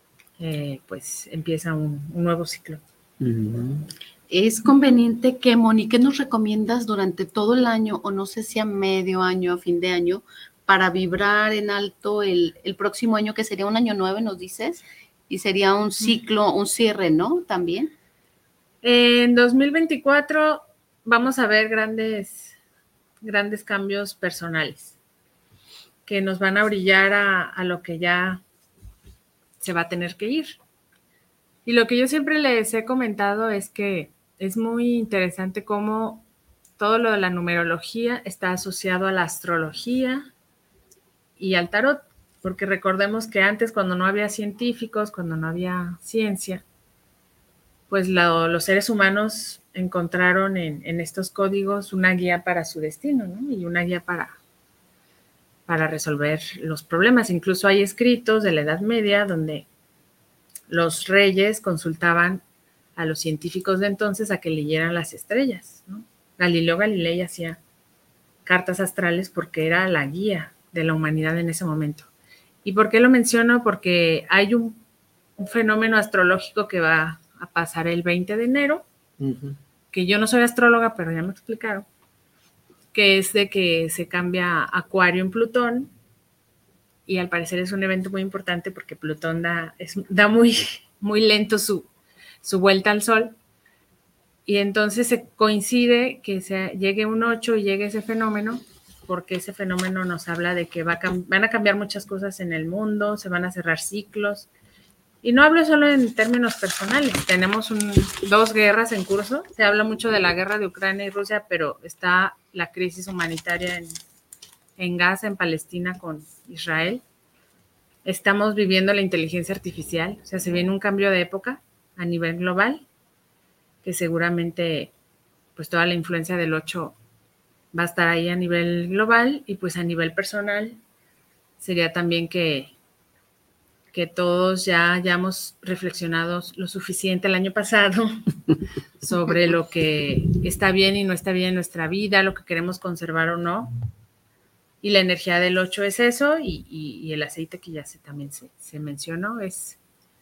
eh, pues empieza un, un nuevo ciclo. Uh-huh. Es conveniente que, Moni, ¿qué nos recomiendas durante todo el año, o no sé si a medio año, a fin de año, para vibrar en alto el, el próximo año, que sería un año nueve, nos dices, y sería un ciclo, un cierre, ¿no? También. En dos mil veinticuatro vamos a ver grandes, grandes cambios personales que nos van a brillar a, a lo que ya se va a tener que ir. Y lo que yo siempre les he comentado es que es muy interesante cómo todo lo de la numerología está asociado a la astrología y al tarot, porque recordemos que antes, cuando no había científicos, cuando no había ciencia, pues lo, los seres humanos encontraron en, en estos códigos una guía para su destino, ¿no? Y una guía para, para resolver los problemas. Incluso hay escritos de la Edad Media donde los reyes consultaban a los científicos de entonces a que leyeran las estrellas, ¿no? Galileo Galilei hacía cartas astrales porque era la guía de la humanidad en ese momento. ¿Y por qué lo menciono? Porque hay un, un fenómeno astrológico que va a pasar el veinte de enero, uh-huh. que yo no soy astróloga, pero ya me explicaron, que es de que se cambia Acuario en Plutón, y al parecer es un evento muy importante porque Plutón da, es, da muy, muy lento su, su vuelta al Sol, y entonces se coincide que se llegue un ocho y llegue ese fenómeno, porque ese fenómeno nos habla de que va a van a cambiar muchas cosas en el mundo, se van a cerrar ciclos. Y no hablo solo en términos personales, tenemos un, dos guerras en curso, se habla mucho de la guerra de Ucrania y Rusia, pero está la crisis humanitaria en, en Gaza, en Palestina con Israel. Estamos viviendo la inteligencia artificial, o sea, se viene un cambio de época a nivel global, que seguramente pues toda la influencia del ocho va a estar ahí a nivel global, y pues a nivel personal sería también que, que todos ya hayamos reflexionado lo suficiente el año pasado sobre lo que está bien y no está bien en nuestra vida, lo que queremos conservar o no. Y la energía del ocho es eso, y, y, y el aceite que ya se, también se, se mencionó es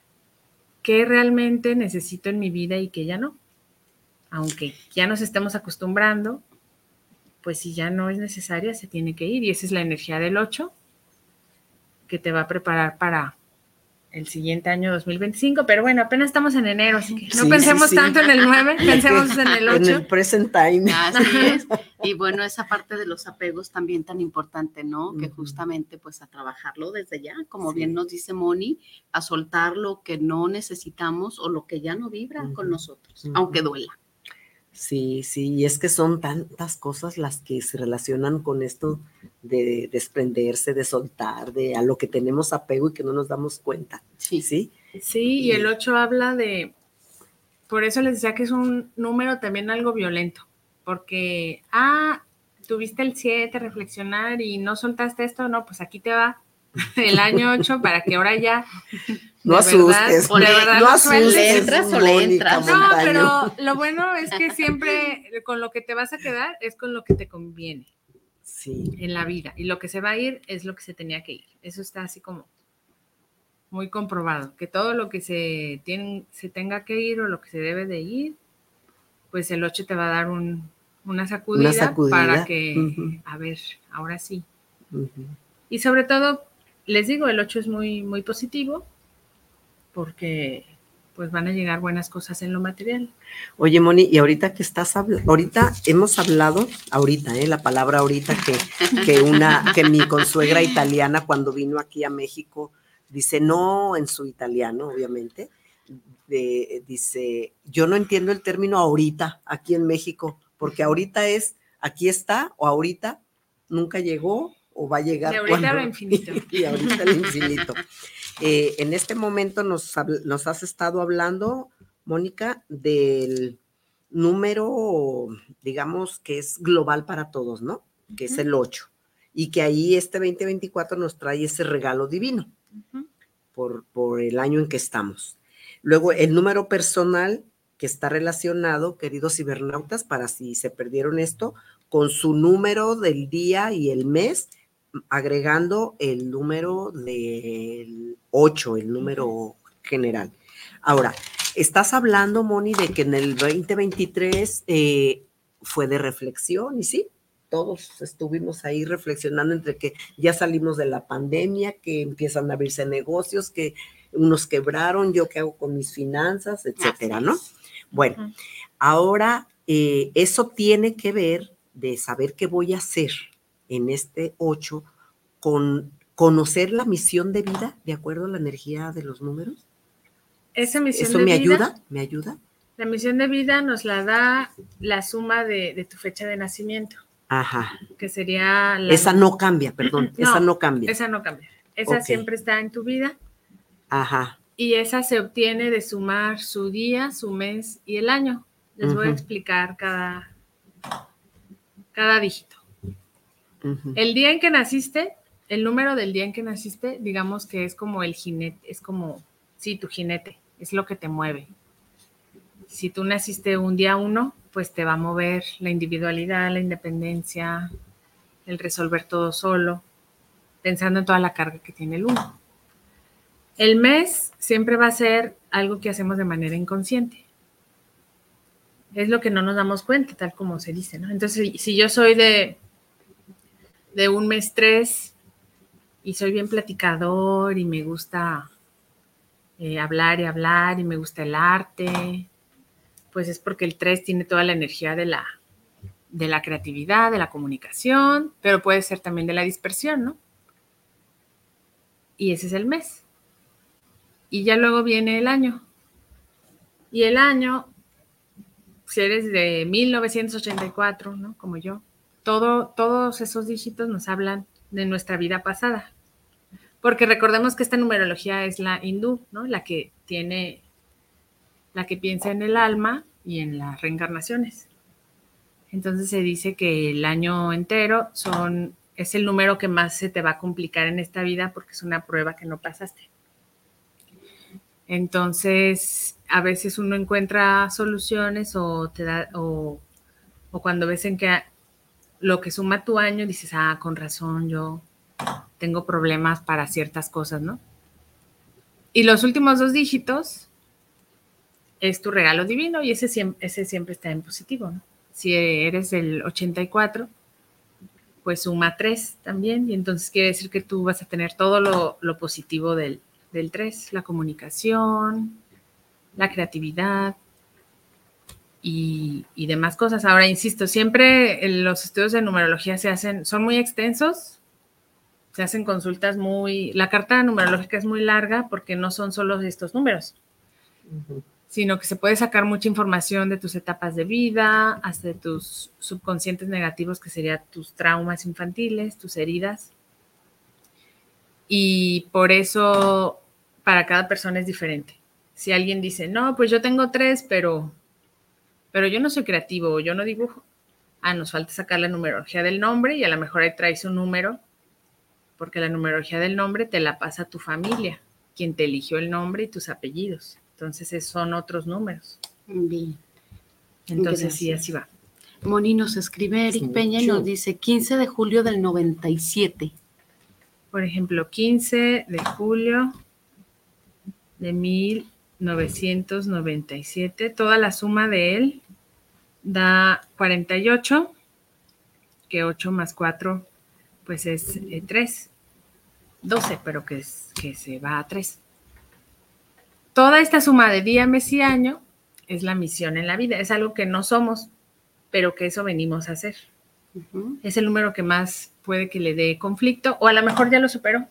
qué realmente necesito en mi vida y qué ya no. Aunque ya nos estemos acostumbrando, pues si ya no es necesaria, se tiene que ir. Y esa es la energía del ocho, que te va a preparar para el siguiente año dos mil veinticinco, pero bueno, apenas estamos en enero, así que no Sí, pensemos sí, sí. tanto en el nueve, pensemos en el En ocho. el present time. Así es. Y bueno, esa parte de los apegos también tan importante, ¿no? Que Ujú. justamente pues a trabajarlo desde ya, como Sí. bien nos dice Moni, a soltar lo que no necesitamos o lo que ya no vibra Ujú. con nosotros, Ujú. aunque duela. Sí, sí, y es que son tantas cosas las que se relacionan con esto de desprenderse, de soltar, de a lo que tenemos apego y que no nos damos cuenta. Sí. ¿Sí? Sí, y el ocho habla de, por eso les decía que es un número también algo violento, porque, ah, tuviste el siete, reflexionar y no soltaste esto, no, pues aquí te va el año ocho para que ahora ya, No de verdad, asustes, de verdad no lo asustes, sueltes. ¿Le entras o le Mónica entras? No, Montaño. pero lo bueno es que siempre con lo que te vas a quedar es con lo que te conviene Sí, en la vida, y lo que se va a ir es lo que se tenía que ir. Eso está así como muy comprobado, que todo lo que se, tiene, se tenga que ir o lo que se debe de ir, pues el ocho te va a dar un, una, sacudida una sacudida. para que, Ujú, a ver, ahora sí. ujú. Y sobre todo, les digo, el ocho es muy, muy positivo porque pues van a llegar buenas cosas en lo material. Oye, Moni, y ahorita que estás hablando, ahorita hemos hablado, ahorita, eh, la palabra ahorita que, que una, que mi consuegra italiana cuando vino aquí a México, dice, no en su italiano, obviamente, de, dice, yo no entiendo el término ahorita aquí en México, porque ahorita es, aquí está, o ahorita nunca llegó, o va a llegar. De ahorita cuando, a lo infinito. Y ahorita al infinito. Eh, en este momento nos, nos has estado hablando, Mónica, del número, digamos, que es global para todos, ¿no? Que es el ocho. Y que ahí este veinte veinticuatro nos trae ese regalo divino Uh-huh. por, por el año en que estamos. Luego, el número personal que está relacionado, queridos cibernautas, para si se perdieron esto, con su número del día y el mes, agregando el número del ocho, el número general. Ahora, estás hablando, Moni, de que en el veinte veintitrés eh, fue de reflexión, y sí, todos estuvimos ahí reflexionando entre que ya salimos de la pandemia, que empiezan a abrirse negocios, que unos quebraron, yo qué hago con mis finanzas, etcétera, ¿no? Bueno, uh-huh. ahora eh, eso tiene que ver de saber qué voy a hacer en este ocho, con conocer la misión de vida de acuerdo a la energía de los números. Esa misión ¿Eso de me vida, ayuda? ¿Me ayuda? La misión de vida nos la da la suma de, de tu fecha de nacimiento. Ajá. Que sería la... Esa no cambia, perdón, no, esa no cambia. Esa no cambia. Esa okay. siempre está en tu vida. Ajá. Y esa se obtiene de sumar su día, su mes y el año. Les uh-huh. voy a explicar cada, cada dígito. Uh-huh. El día en que naciste, el número del día en que naciste, digamos que es como el jinete, es como, sí, tu jinete, es lo que te mueve. Si tú naciste un día uno, pues te va a mover la individualidad, la independencia, el resolver todo solo, pensando en toda la carga que tiene el uno. El mes siempre va a ser algo que hacemos de manera inconsciente. Es lo que no nos damos cuenta, tal como se dice, ¿no? Entonces, si yo soy de, de un mes tres y soy bien platicador y me gusta eh, hablar y hablar y me gusta el arte, pues es porque el tres tiene toda la energía de la, de la creatividad, de la comunicación, pero puede ser también de la dispersión, ¿no? Y ese es el mes. Y ya luego viene el año. Y el año, si eres de mil novecientos ochenta y cuatro, ¿no? Como yo, todo, todos esos dígitos nos hablan de nuestra vida pasada. Porque recordemos que esta numerología es la hindú, ¿no? La que tiene, la que piensa en el alma y en las reencarnaciones. Entonces se dice que el año entero son, es el número que más se te va a complicar en esta vida porque es una prueba que no pasaste. Entonces, a veces uno encuentra soluciones o te da, o, o cuando ves en que lo que suma tu año, dices, ah, con razón, yo tengo problemas para ciertas cosas, ¿no? Y los últimos dos dígitos es tu regalo divino y ese siempre, ese siempre está en positivo, ¿no? Si eres del ochenta y cuatro, pues suma tres también, y entonces quiere decir que tú vas a tener todo lo, lo positivo del, del tres, la comunicación, la creatividad y, y demás cosas. Ahora, insisto, siempre los estudios de numerología se hacen, son muy extensos, se hacen consultas muy, la carta numerológica es muy larga porque no son solo estos números, uh-huh. sino que se puede sacar mucha información de tus etapas de vida, hasta de tus subconscientes negativos, que serían tus traumas infantiles, tus heridas. Y por eso, para cada persona es diferente. Si alguien dice, no, pues yo tengo tres, pero, pero yo no soy creativo, yo no dibujo. Ah, nos falta sacar la numerología del nombre y a lo mejor ahí traes un número, porque la numerología del nombre te la pasa tu familia, quien te eligió el nombre y tus apellidos. Entonces, son otros números. Bien. Entonces, Gracias. sí, así va. Moni nos escribe, Eric Peña, y nos dice quince de julio del noventa y siete. Por ejemplo, quince de julio de mil novecientos noventa y siete. Toda la suma de él da cuarenta y ocho, que ocho más cuatro, pues es eh, tres. doce, pero que, es, que se va a tres. Toda esta suma de día, mes y año es la misión en la vida. Es algo que no somos, pero que eso venimos a hacer. Uh-huh. Es el número que más puede que le dé conflicto, o a lo mejor ya lo superó,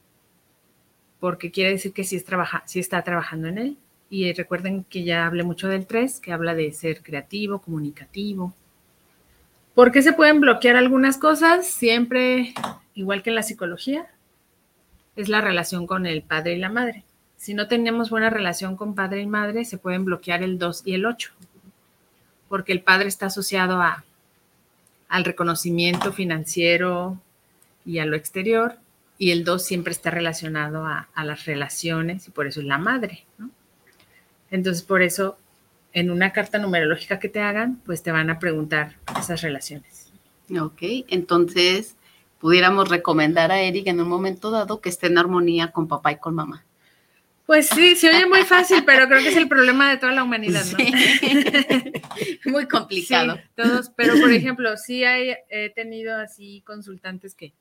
porque quiere decir que sí, es trabaja, sí está trabajando en él. Y recuerden que ya hablé mucho del tres, que habla de ser creativo, comunicativo. ¿Por qué se pueden bloquear algunas cosas? Siempre, igual que en la psicología, es la relación con el padre y la madre. Si no tenemos buena relación con padre y madre, se pueden bloquear el dos y el ocho, porque el padre está asociado a, al reconocimiento financiero y a lo exterior, y el dos siempre está relacionado a, a las relaciones, y por eso es la madre, ¿no? Entonces, por eso, en una carta numerológica que te hagan, pues te van a preguntar esas relaciones. Ok, entonces pudiéramos recomendar a Eric en un momento dado que esté en armonía con papá y con mamá. Pues sí, se oye muy fácil, pero creo que es el problema de toda la humanidad, ¿no? Sí. Muy complicado. Sí, todos, pero por ejemplo, sí hay, he tenido así consultantes que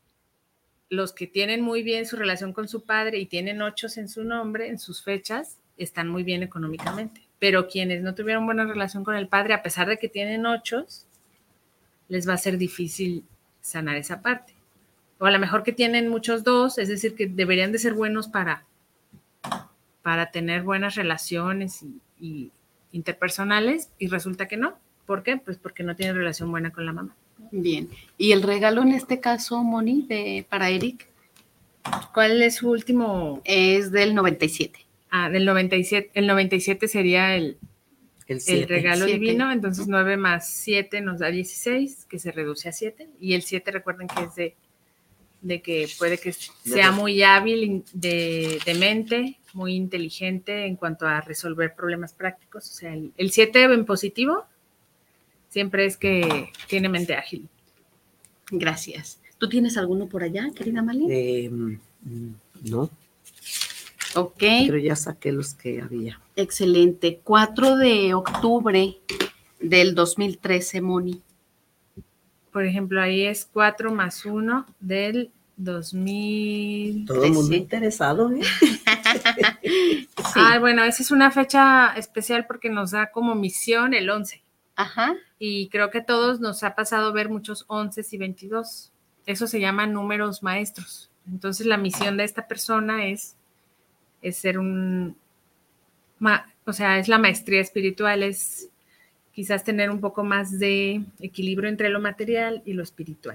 los que tienen muy bien su relación con su padre y tienen ochos en su nombre, en sus fechas, están muy bien económicamente. Pero quienes no tuvieron buena relación con el padre, a pesar de que tienen ochos, les va a ser difícil sanar esa parte. O a lo mejor que tienen muchos dos, es decir, que deberían de ser buenos para... para tener buenas relaciones y, y interpersonales, y resulta que no. ¿Por qué? Pues porque no tiene relación buena con la mamá. Bien. ¿Y el regalo en este caso, Moni, de, para Eric? ¿Cuál es su último? Es del noventa y siete. Ah, del noventa y siete. El noventa y siete sería el, el, el regalo siete. divino. Entonces nueve más siete nos da dieciséis, que se reduce a siete. Y el siete, recuerden que es de, de que puede que sea muy hábil de, de mente, muy inteligente en cuanto a resolver problemas prácticos. O sea, el, el siete en positivo siempre es que tiene mente ágil. Gracias. ¿Tú tienes alguno por allá, querida Malin? Eh, no. Ok. Pero ya saqué los que había. Excelente. cuatro de octubre del dos mil trece, Moni. Por ejemplo, ahí es cuatro más uno del dos mil trece. Todo el mundo interesado, ¿eh? Sí. Ah, bueno, esa es una fecha especial porque nos da como misión el once. Ajá. Y creo que a todos nos ha pasado ver muchos once y veintidós. Eso se llama números maestros. Entonces, la misión de esta persona es, es ser un... Ma, o sea, es la maestría espiritual, es quizás tener un poco más de equilibrio entre lo material y lo espiritual.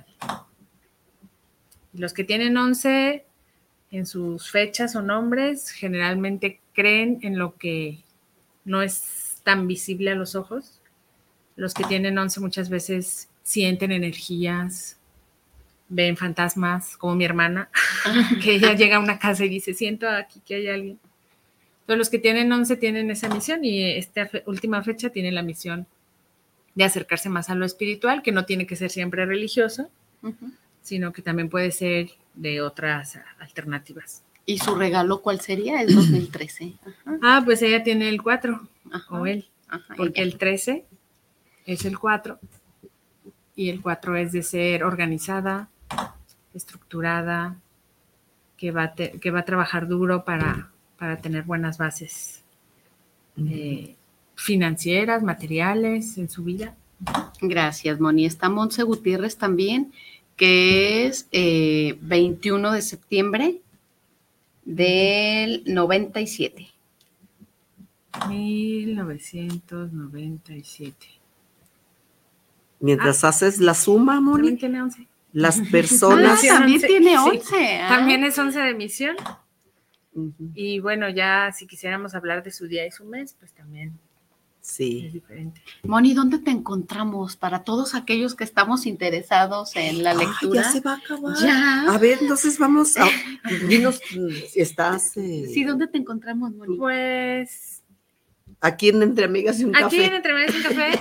Los que tienen once en sus fechas o nombres generalmente creen en lo que no es tan visible a los ojos. Los que tienen once muchas veces sienten energías, ven fantasmas, como mi hermana, que ella llega a una casa y dice, siento aquí que hay alguien. Entonces, los que tienen once tienen esa misión, y esta fe- última fecha tiene la misión de acercarse más a lo espiritual, que no tiene que ser siempre religioso, uh-huh. sino que también puede ser de otras alternativas. ¿Y su regalo cuál sería? El dos mil trece. Ajá. Ah, pues ella tiene el cuatro, Ajá. o él, Ajá, porque ella. el trece es el cuatro, y el cuatro es de ser organizada, estructurada, que va a, te, que va a trabajar duro para, para tener buenas bases eh, financieras, materiales en su vida. Gracias, Moni. Está Montse Gutiérrez también, que es eh, veintiuno de septiembre del noventa y siete. mil novecientos noventa y siete. Mientras Ah, haces la suma, Moni, también tiene once. las personas... Ah, también once, tiene sí. once. ¿Ah? También es once de emisión. Ujú. Y bueno, ya si quisiéramos hablar de su día y su mes, pues también es Sí. diferente. Moni, ¿dónde te encontramos para todos aquellos que estamos interesados en la Ay, lectura? ya se va a acabar. Ya. A ver, entonces vamos a... Dinos, ¿estás eh, Sí, ¿dónde te encontramos, Moni? Pues aquí en Entre Amigas y un aquí Café? en Entre Medias y un Café.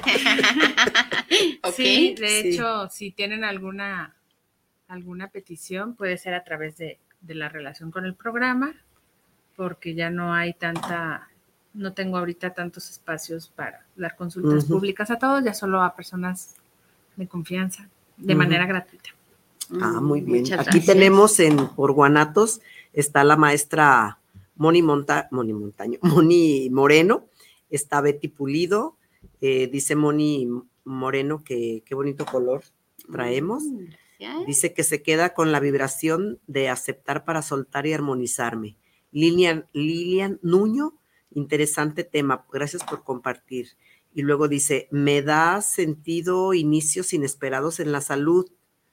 Ok. Sí, de Sí. hecho, si tienen alguna, alguna petición, puede ser a través de, de la relación con el programa, porque ya no hay tanta, no tengo ahorita tantos espacios para dar consultas Ujú. públicas a todos, ya solo a personas de confianza, de Ujú. manera gratuita. Ah, muy bien. Muchas Aquí gracias. tenemos en por Guanatos, está la maestra Moni, Monta, Moni Montaño, Moni Moreno, está Betty Pulido, eh, dice Moni Moreno que qué bonito color traemos. Mm, gracias. Dice que se queda con la vibración de aceptar para soltar y armonizarme. Lilian, Lilian Nuño, interesante tema, gracias por compartir. Y luego dice, me da sentido inicios inesperados en la salud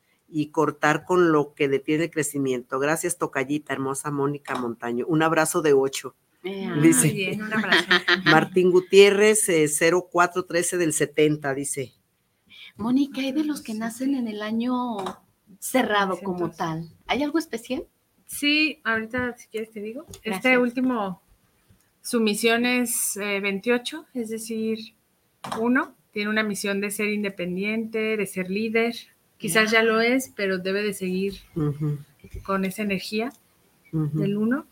y cortar con lo que detiene el crecimiento. Gracias, tocallita, hermosa Mónica Montaño. Un abrazo de ocho. Eh, Muy Dice. bien, un abrazo. Martín Gutiérrez, eh, cero cuatro trece del setenta, dice. Moni, ¿qué hay de los que nacen en el año cerrado como tal? ¿Hay algo especial? Sí, ahorita si quieres te digo. Este Gracias. último, su misión es eh, veintiocho, es decir, uno, tiene una misión de ser independiente, de ser líder. Quizás ya lo es, pero debe de seguir Uh-huh, con esa energía uh-huh. del uno.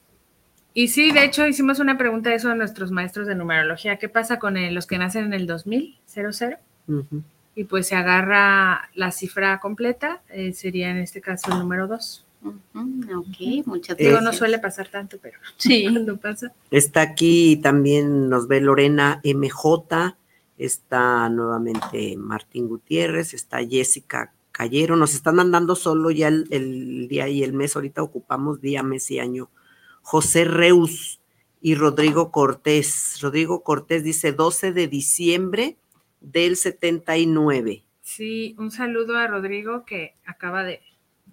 Y sí, de hecho, hicimos una pregunta de eso a nuestros maestros de numerología. ¿Qué pasa con el- los que nacen en el dos mil, cero cero? Uh-huh. Y pues se agarra la cifra completa, eh, sería en este caso el número dos. Uh-huh, ok, muchas Eh, Digo, gracias. no suele pasar tanto, pero Sí. cuando pasa. Está aquí también, nos ve Lorena M J, está nuevamente Martín Gutiérrez, está Jessica Cayero, nos están mandando solo ya el, el día y el mes, ahorita ocupamos día, mes y año. José Reus y Rodrigo Cortés. Rodrigo Cortés dice doce de diciembre del setenta y nueve. Sí, un saludo a Rodrigo que acaba de,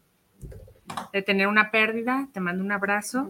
de tener una pérdida, te mando un abrazo.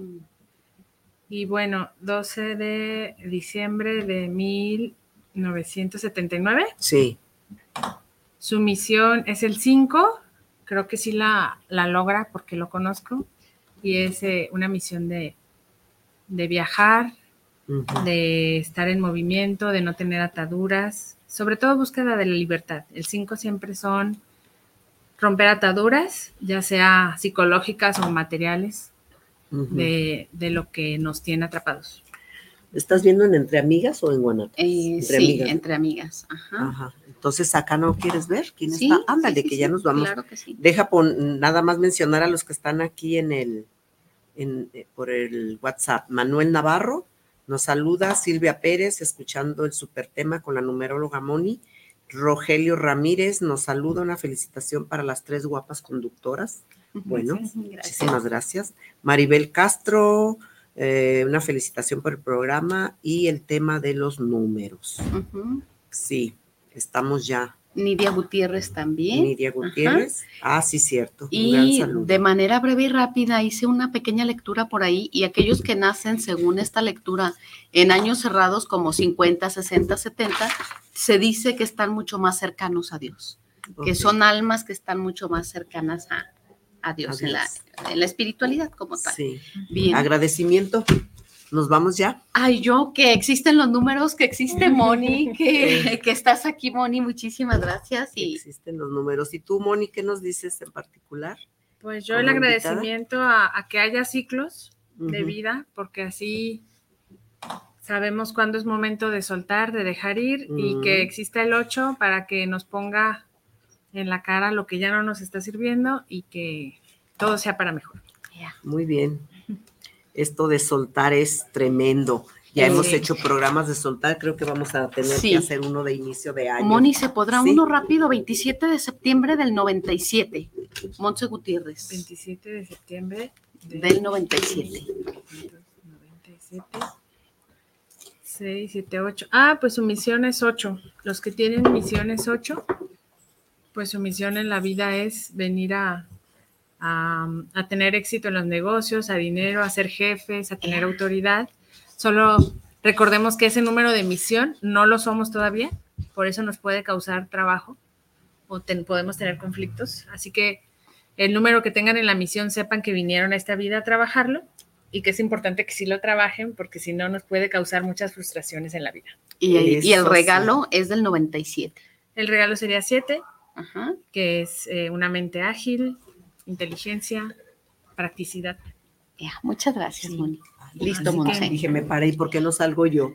Y bueno, doce de diciembre de mil novecientos setenta y nueve. Sí. Su misión es el cinco, creo que sí la, la logra porque lo conozco, y es eh, una misión de, de viajar, Uh-huh. de estar en movimiento, de no tener ataduras, sobre todo búsqueda de la libertad. El cinco siempre son romper ataduras, ya sea psicológicas o materiales, Uh-huh. de, de lo que nos tiene atrapados. ¿Estás viendo en Entre Amigas o en Guanatos? Eh, Entre sí, Amigas. entre amigas. Ajá. Ajá. Entonces acá no quieres ver quién Sí, está. Ándale, sí, sí, que ya sí, nos vamos. Claro que sí. Deja pon, nada más mencionar a los que están aquí en el, en, eh, por el WhatsApp. Manuel Navarro nos saluda, Silvia Pérez, escuchando el super tema con la numeróloga Moni. Rogelio Ramírez nos saluda, una felicitación para las tres guapas conductoras. Bueno, Gracias. muchísimas gracias. Maribel Castro, eh, una felicitación por el programa y el tema de los números. Uh-huh. Sí, estamos ya. Nidia Gutiérrez también. Nidia Gutiérrez. Ajá. Ah, sí, cierto. Un gran Y saludo. de manera breve y rápida hice una pequeña lectura por ahí y aquellos que nacen según esta lectura en años cerrados como cincuenta, sesenta, setenta, se dice que están mucho más cercanos a Dios, okay. Que son almas que están mucho más cercanas a, a Dios, a en, Dios. La, en la espiritualidad como tal. Sí. Bien. Agradecimiento. ¿Nos vamos ya? Ay, yo, que existen los números, que existe Moni, que, que estás aquí, Moni, muchísimas gracias. Y... Existen los números. ¿Y tú, Moni, qué nos dices en particular? Pues yo el agradecimiento a, a que haya ciclos uh-huh. de vida, porque así sabemos cuándo es momento de soltar, de dejar ir, uh-huh. y que exista el ocho para que nos ponga en la cara lo que ya no nos está sirviendo y que todo sea para mejor. Muy bien. Esto de soltar es tremendo. Ya Sí. hemos hecho programas de soltar, creo que vamos a tener Sí. que hacer uno de inicio de año. Moni, ¿se podrá Sí. uno rápido? veintisiete de septiembre del noventa y siete. Montse Gutiérrez. veintisiete de septiembre de Del noventa y siete. noventa y siete. seis, siete, ocho. Ah, pues su misión es ocho. Los que tienen misión es ocho, pues su misión en la vida es venir a, a, a tener éxito en los negocios, a dinero, a ser jefes, a tener autoridad. Solo recordemos que ese número de misión no lo somos todavía, por eso nos puede causar trabajo o ten, podemos tener conflictos. Así que el número que tengan en la misión sepan que vinieron a esta vida a trabajarlo y que es importante que sí lo trabajen porque si no nos puede causar muchas frustraciones en la vida. Y, el- y el Eso regalo es del noventa y siete. El regalo sería siete, Ajá. que es eh, una mente ágil, inteligencia, practicidad. Ya, muchas gracias, Sí. Moni. Listo, Así que Montse. Dije, me paré, ¿y por qué no salgo yo?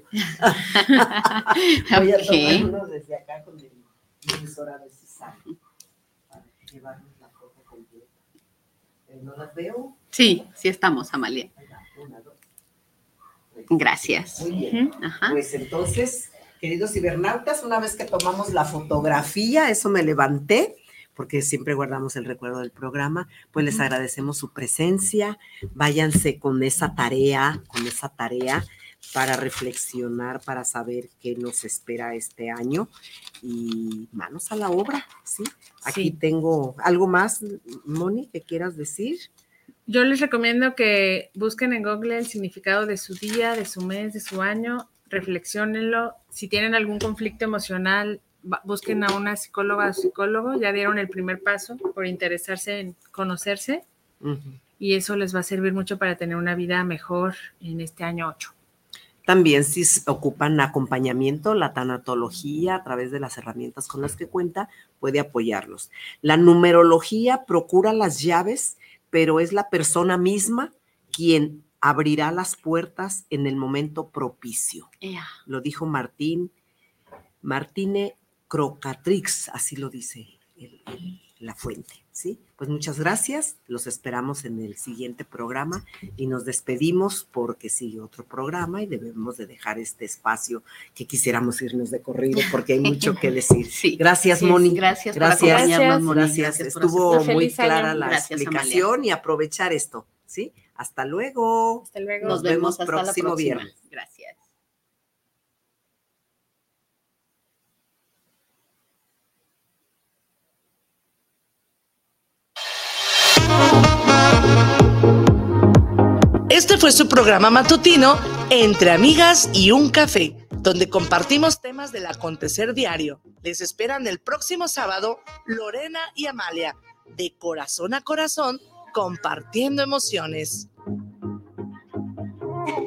Voy a Ok. tomar uno desde acá con el divisor a ver si sale. Para llevarnos la foto completa. Eh, ¿No las veo? Sí, sí estamos, Amalia. Ahí va, una, dos, tres. Gracias. Muy bien. Ajá. Pues entonces, queridos cibernautas, una vez que tomamos la fotografía, eso me levanté, porque siempre guardamos el recuerdo del programa, pues les agradecemos su presencia, váyanse con esa tarea, con esa tarea para reflexionar, para saber qué nos espera este año y manos a la obra, ¿sí? Aquí Sí. tengo algo más, Moni, que quieras decir. Yo les recomiendo que busquen en Google el significado de su día, de su mes, de su año, reflexiónenlo. Si tienen algún conflicto emocional, va- busquen a una psicóloga o psicólogo. Ya dieron el primer paso por interesarse en conocerse Ujú. y eso les va a servir mucho para tener una vida mejor en este año ocho. También si s- ocupan acompañamiento, la tanatología a través de las herramientas con las que cuenta puede apoyarlos. La numerología procura las llaves, pero es la persona misma quien abrirá las puertas en el momento propicio. Ya. Lo dijo Martín, Martine Crocatrix, así lo dice el- el- la fuente, ¿sí? Pues muchas gracias, los esperamos en el siguiente programa y nos despedimos porque sigue otro programa y debemos de dejar este espacio que quisiéramos irnos de corrido porque hay mucho que decir. Sí. Gracias, Sí, Moni. Gracias, Gracias. por acompañarnos, Moni. Gracias, Gracias por estuvo aceptar. muy Feliz año. clara la Gracias, explicación y aprovechar esto, ¿sí? Hasta luego. Hasta luego. Nos, Nos vemos vemos hasta próximo la próxima. viernes. Gracias. Este fue su programa matutino Entre Amigas y un Café, donde compartimos temas del acontecer diario. Les esperan el próximo sábado Lorena y Amalia, de corazón a corazón, compartiendo emociones.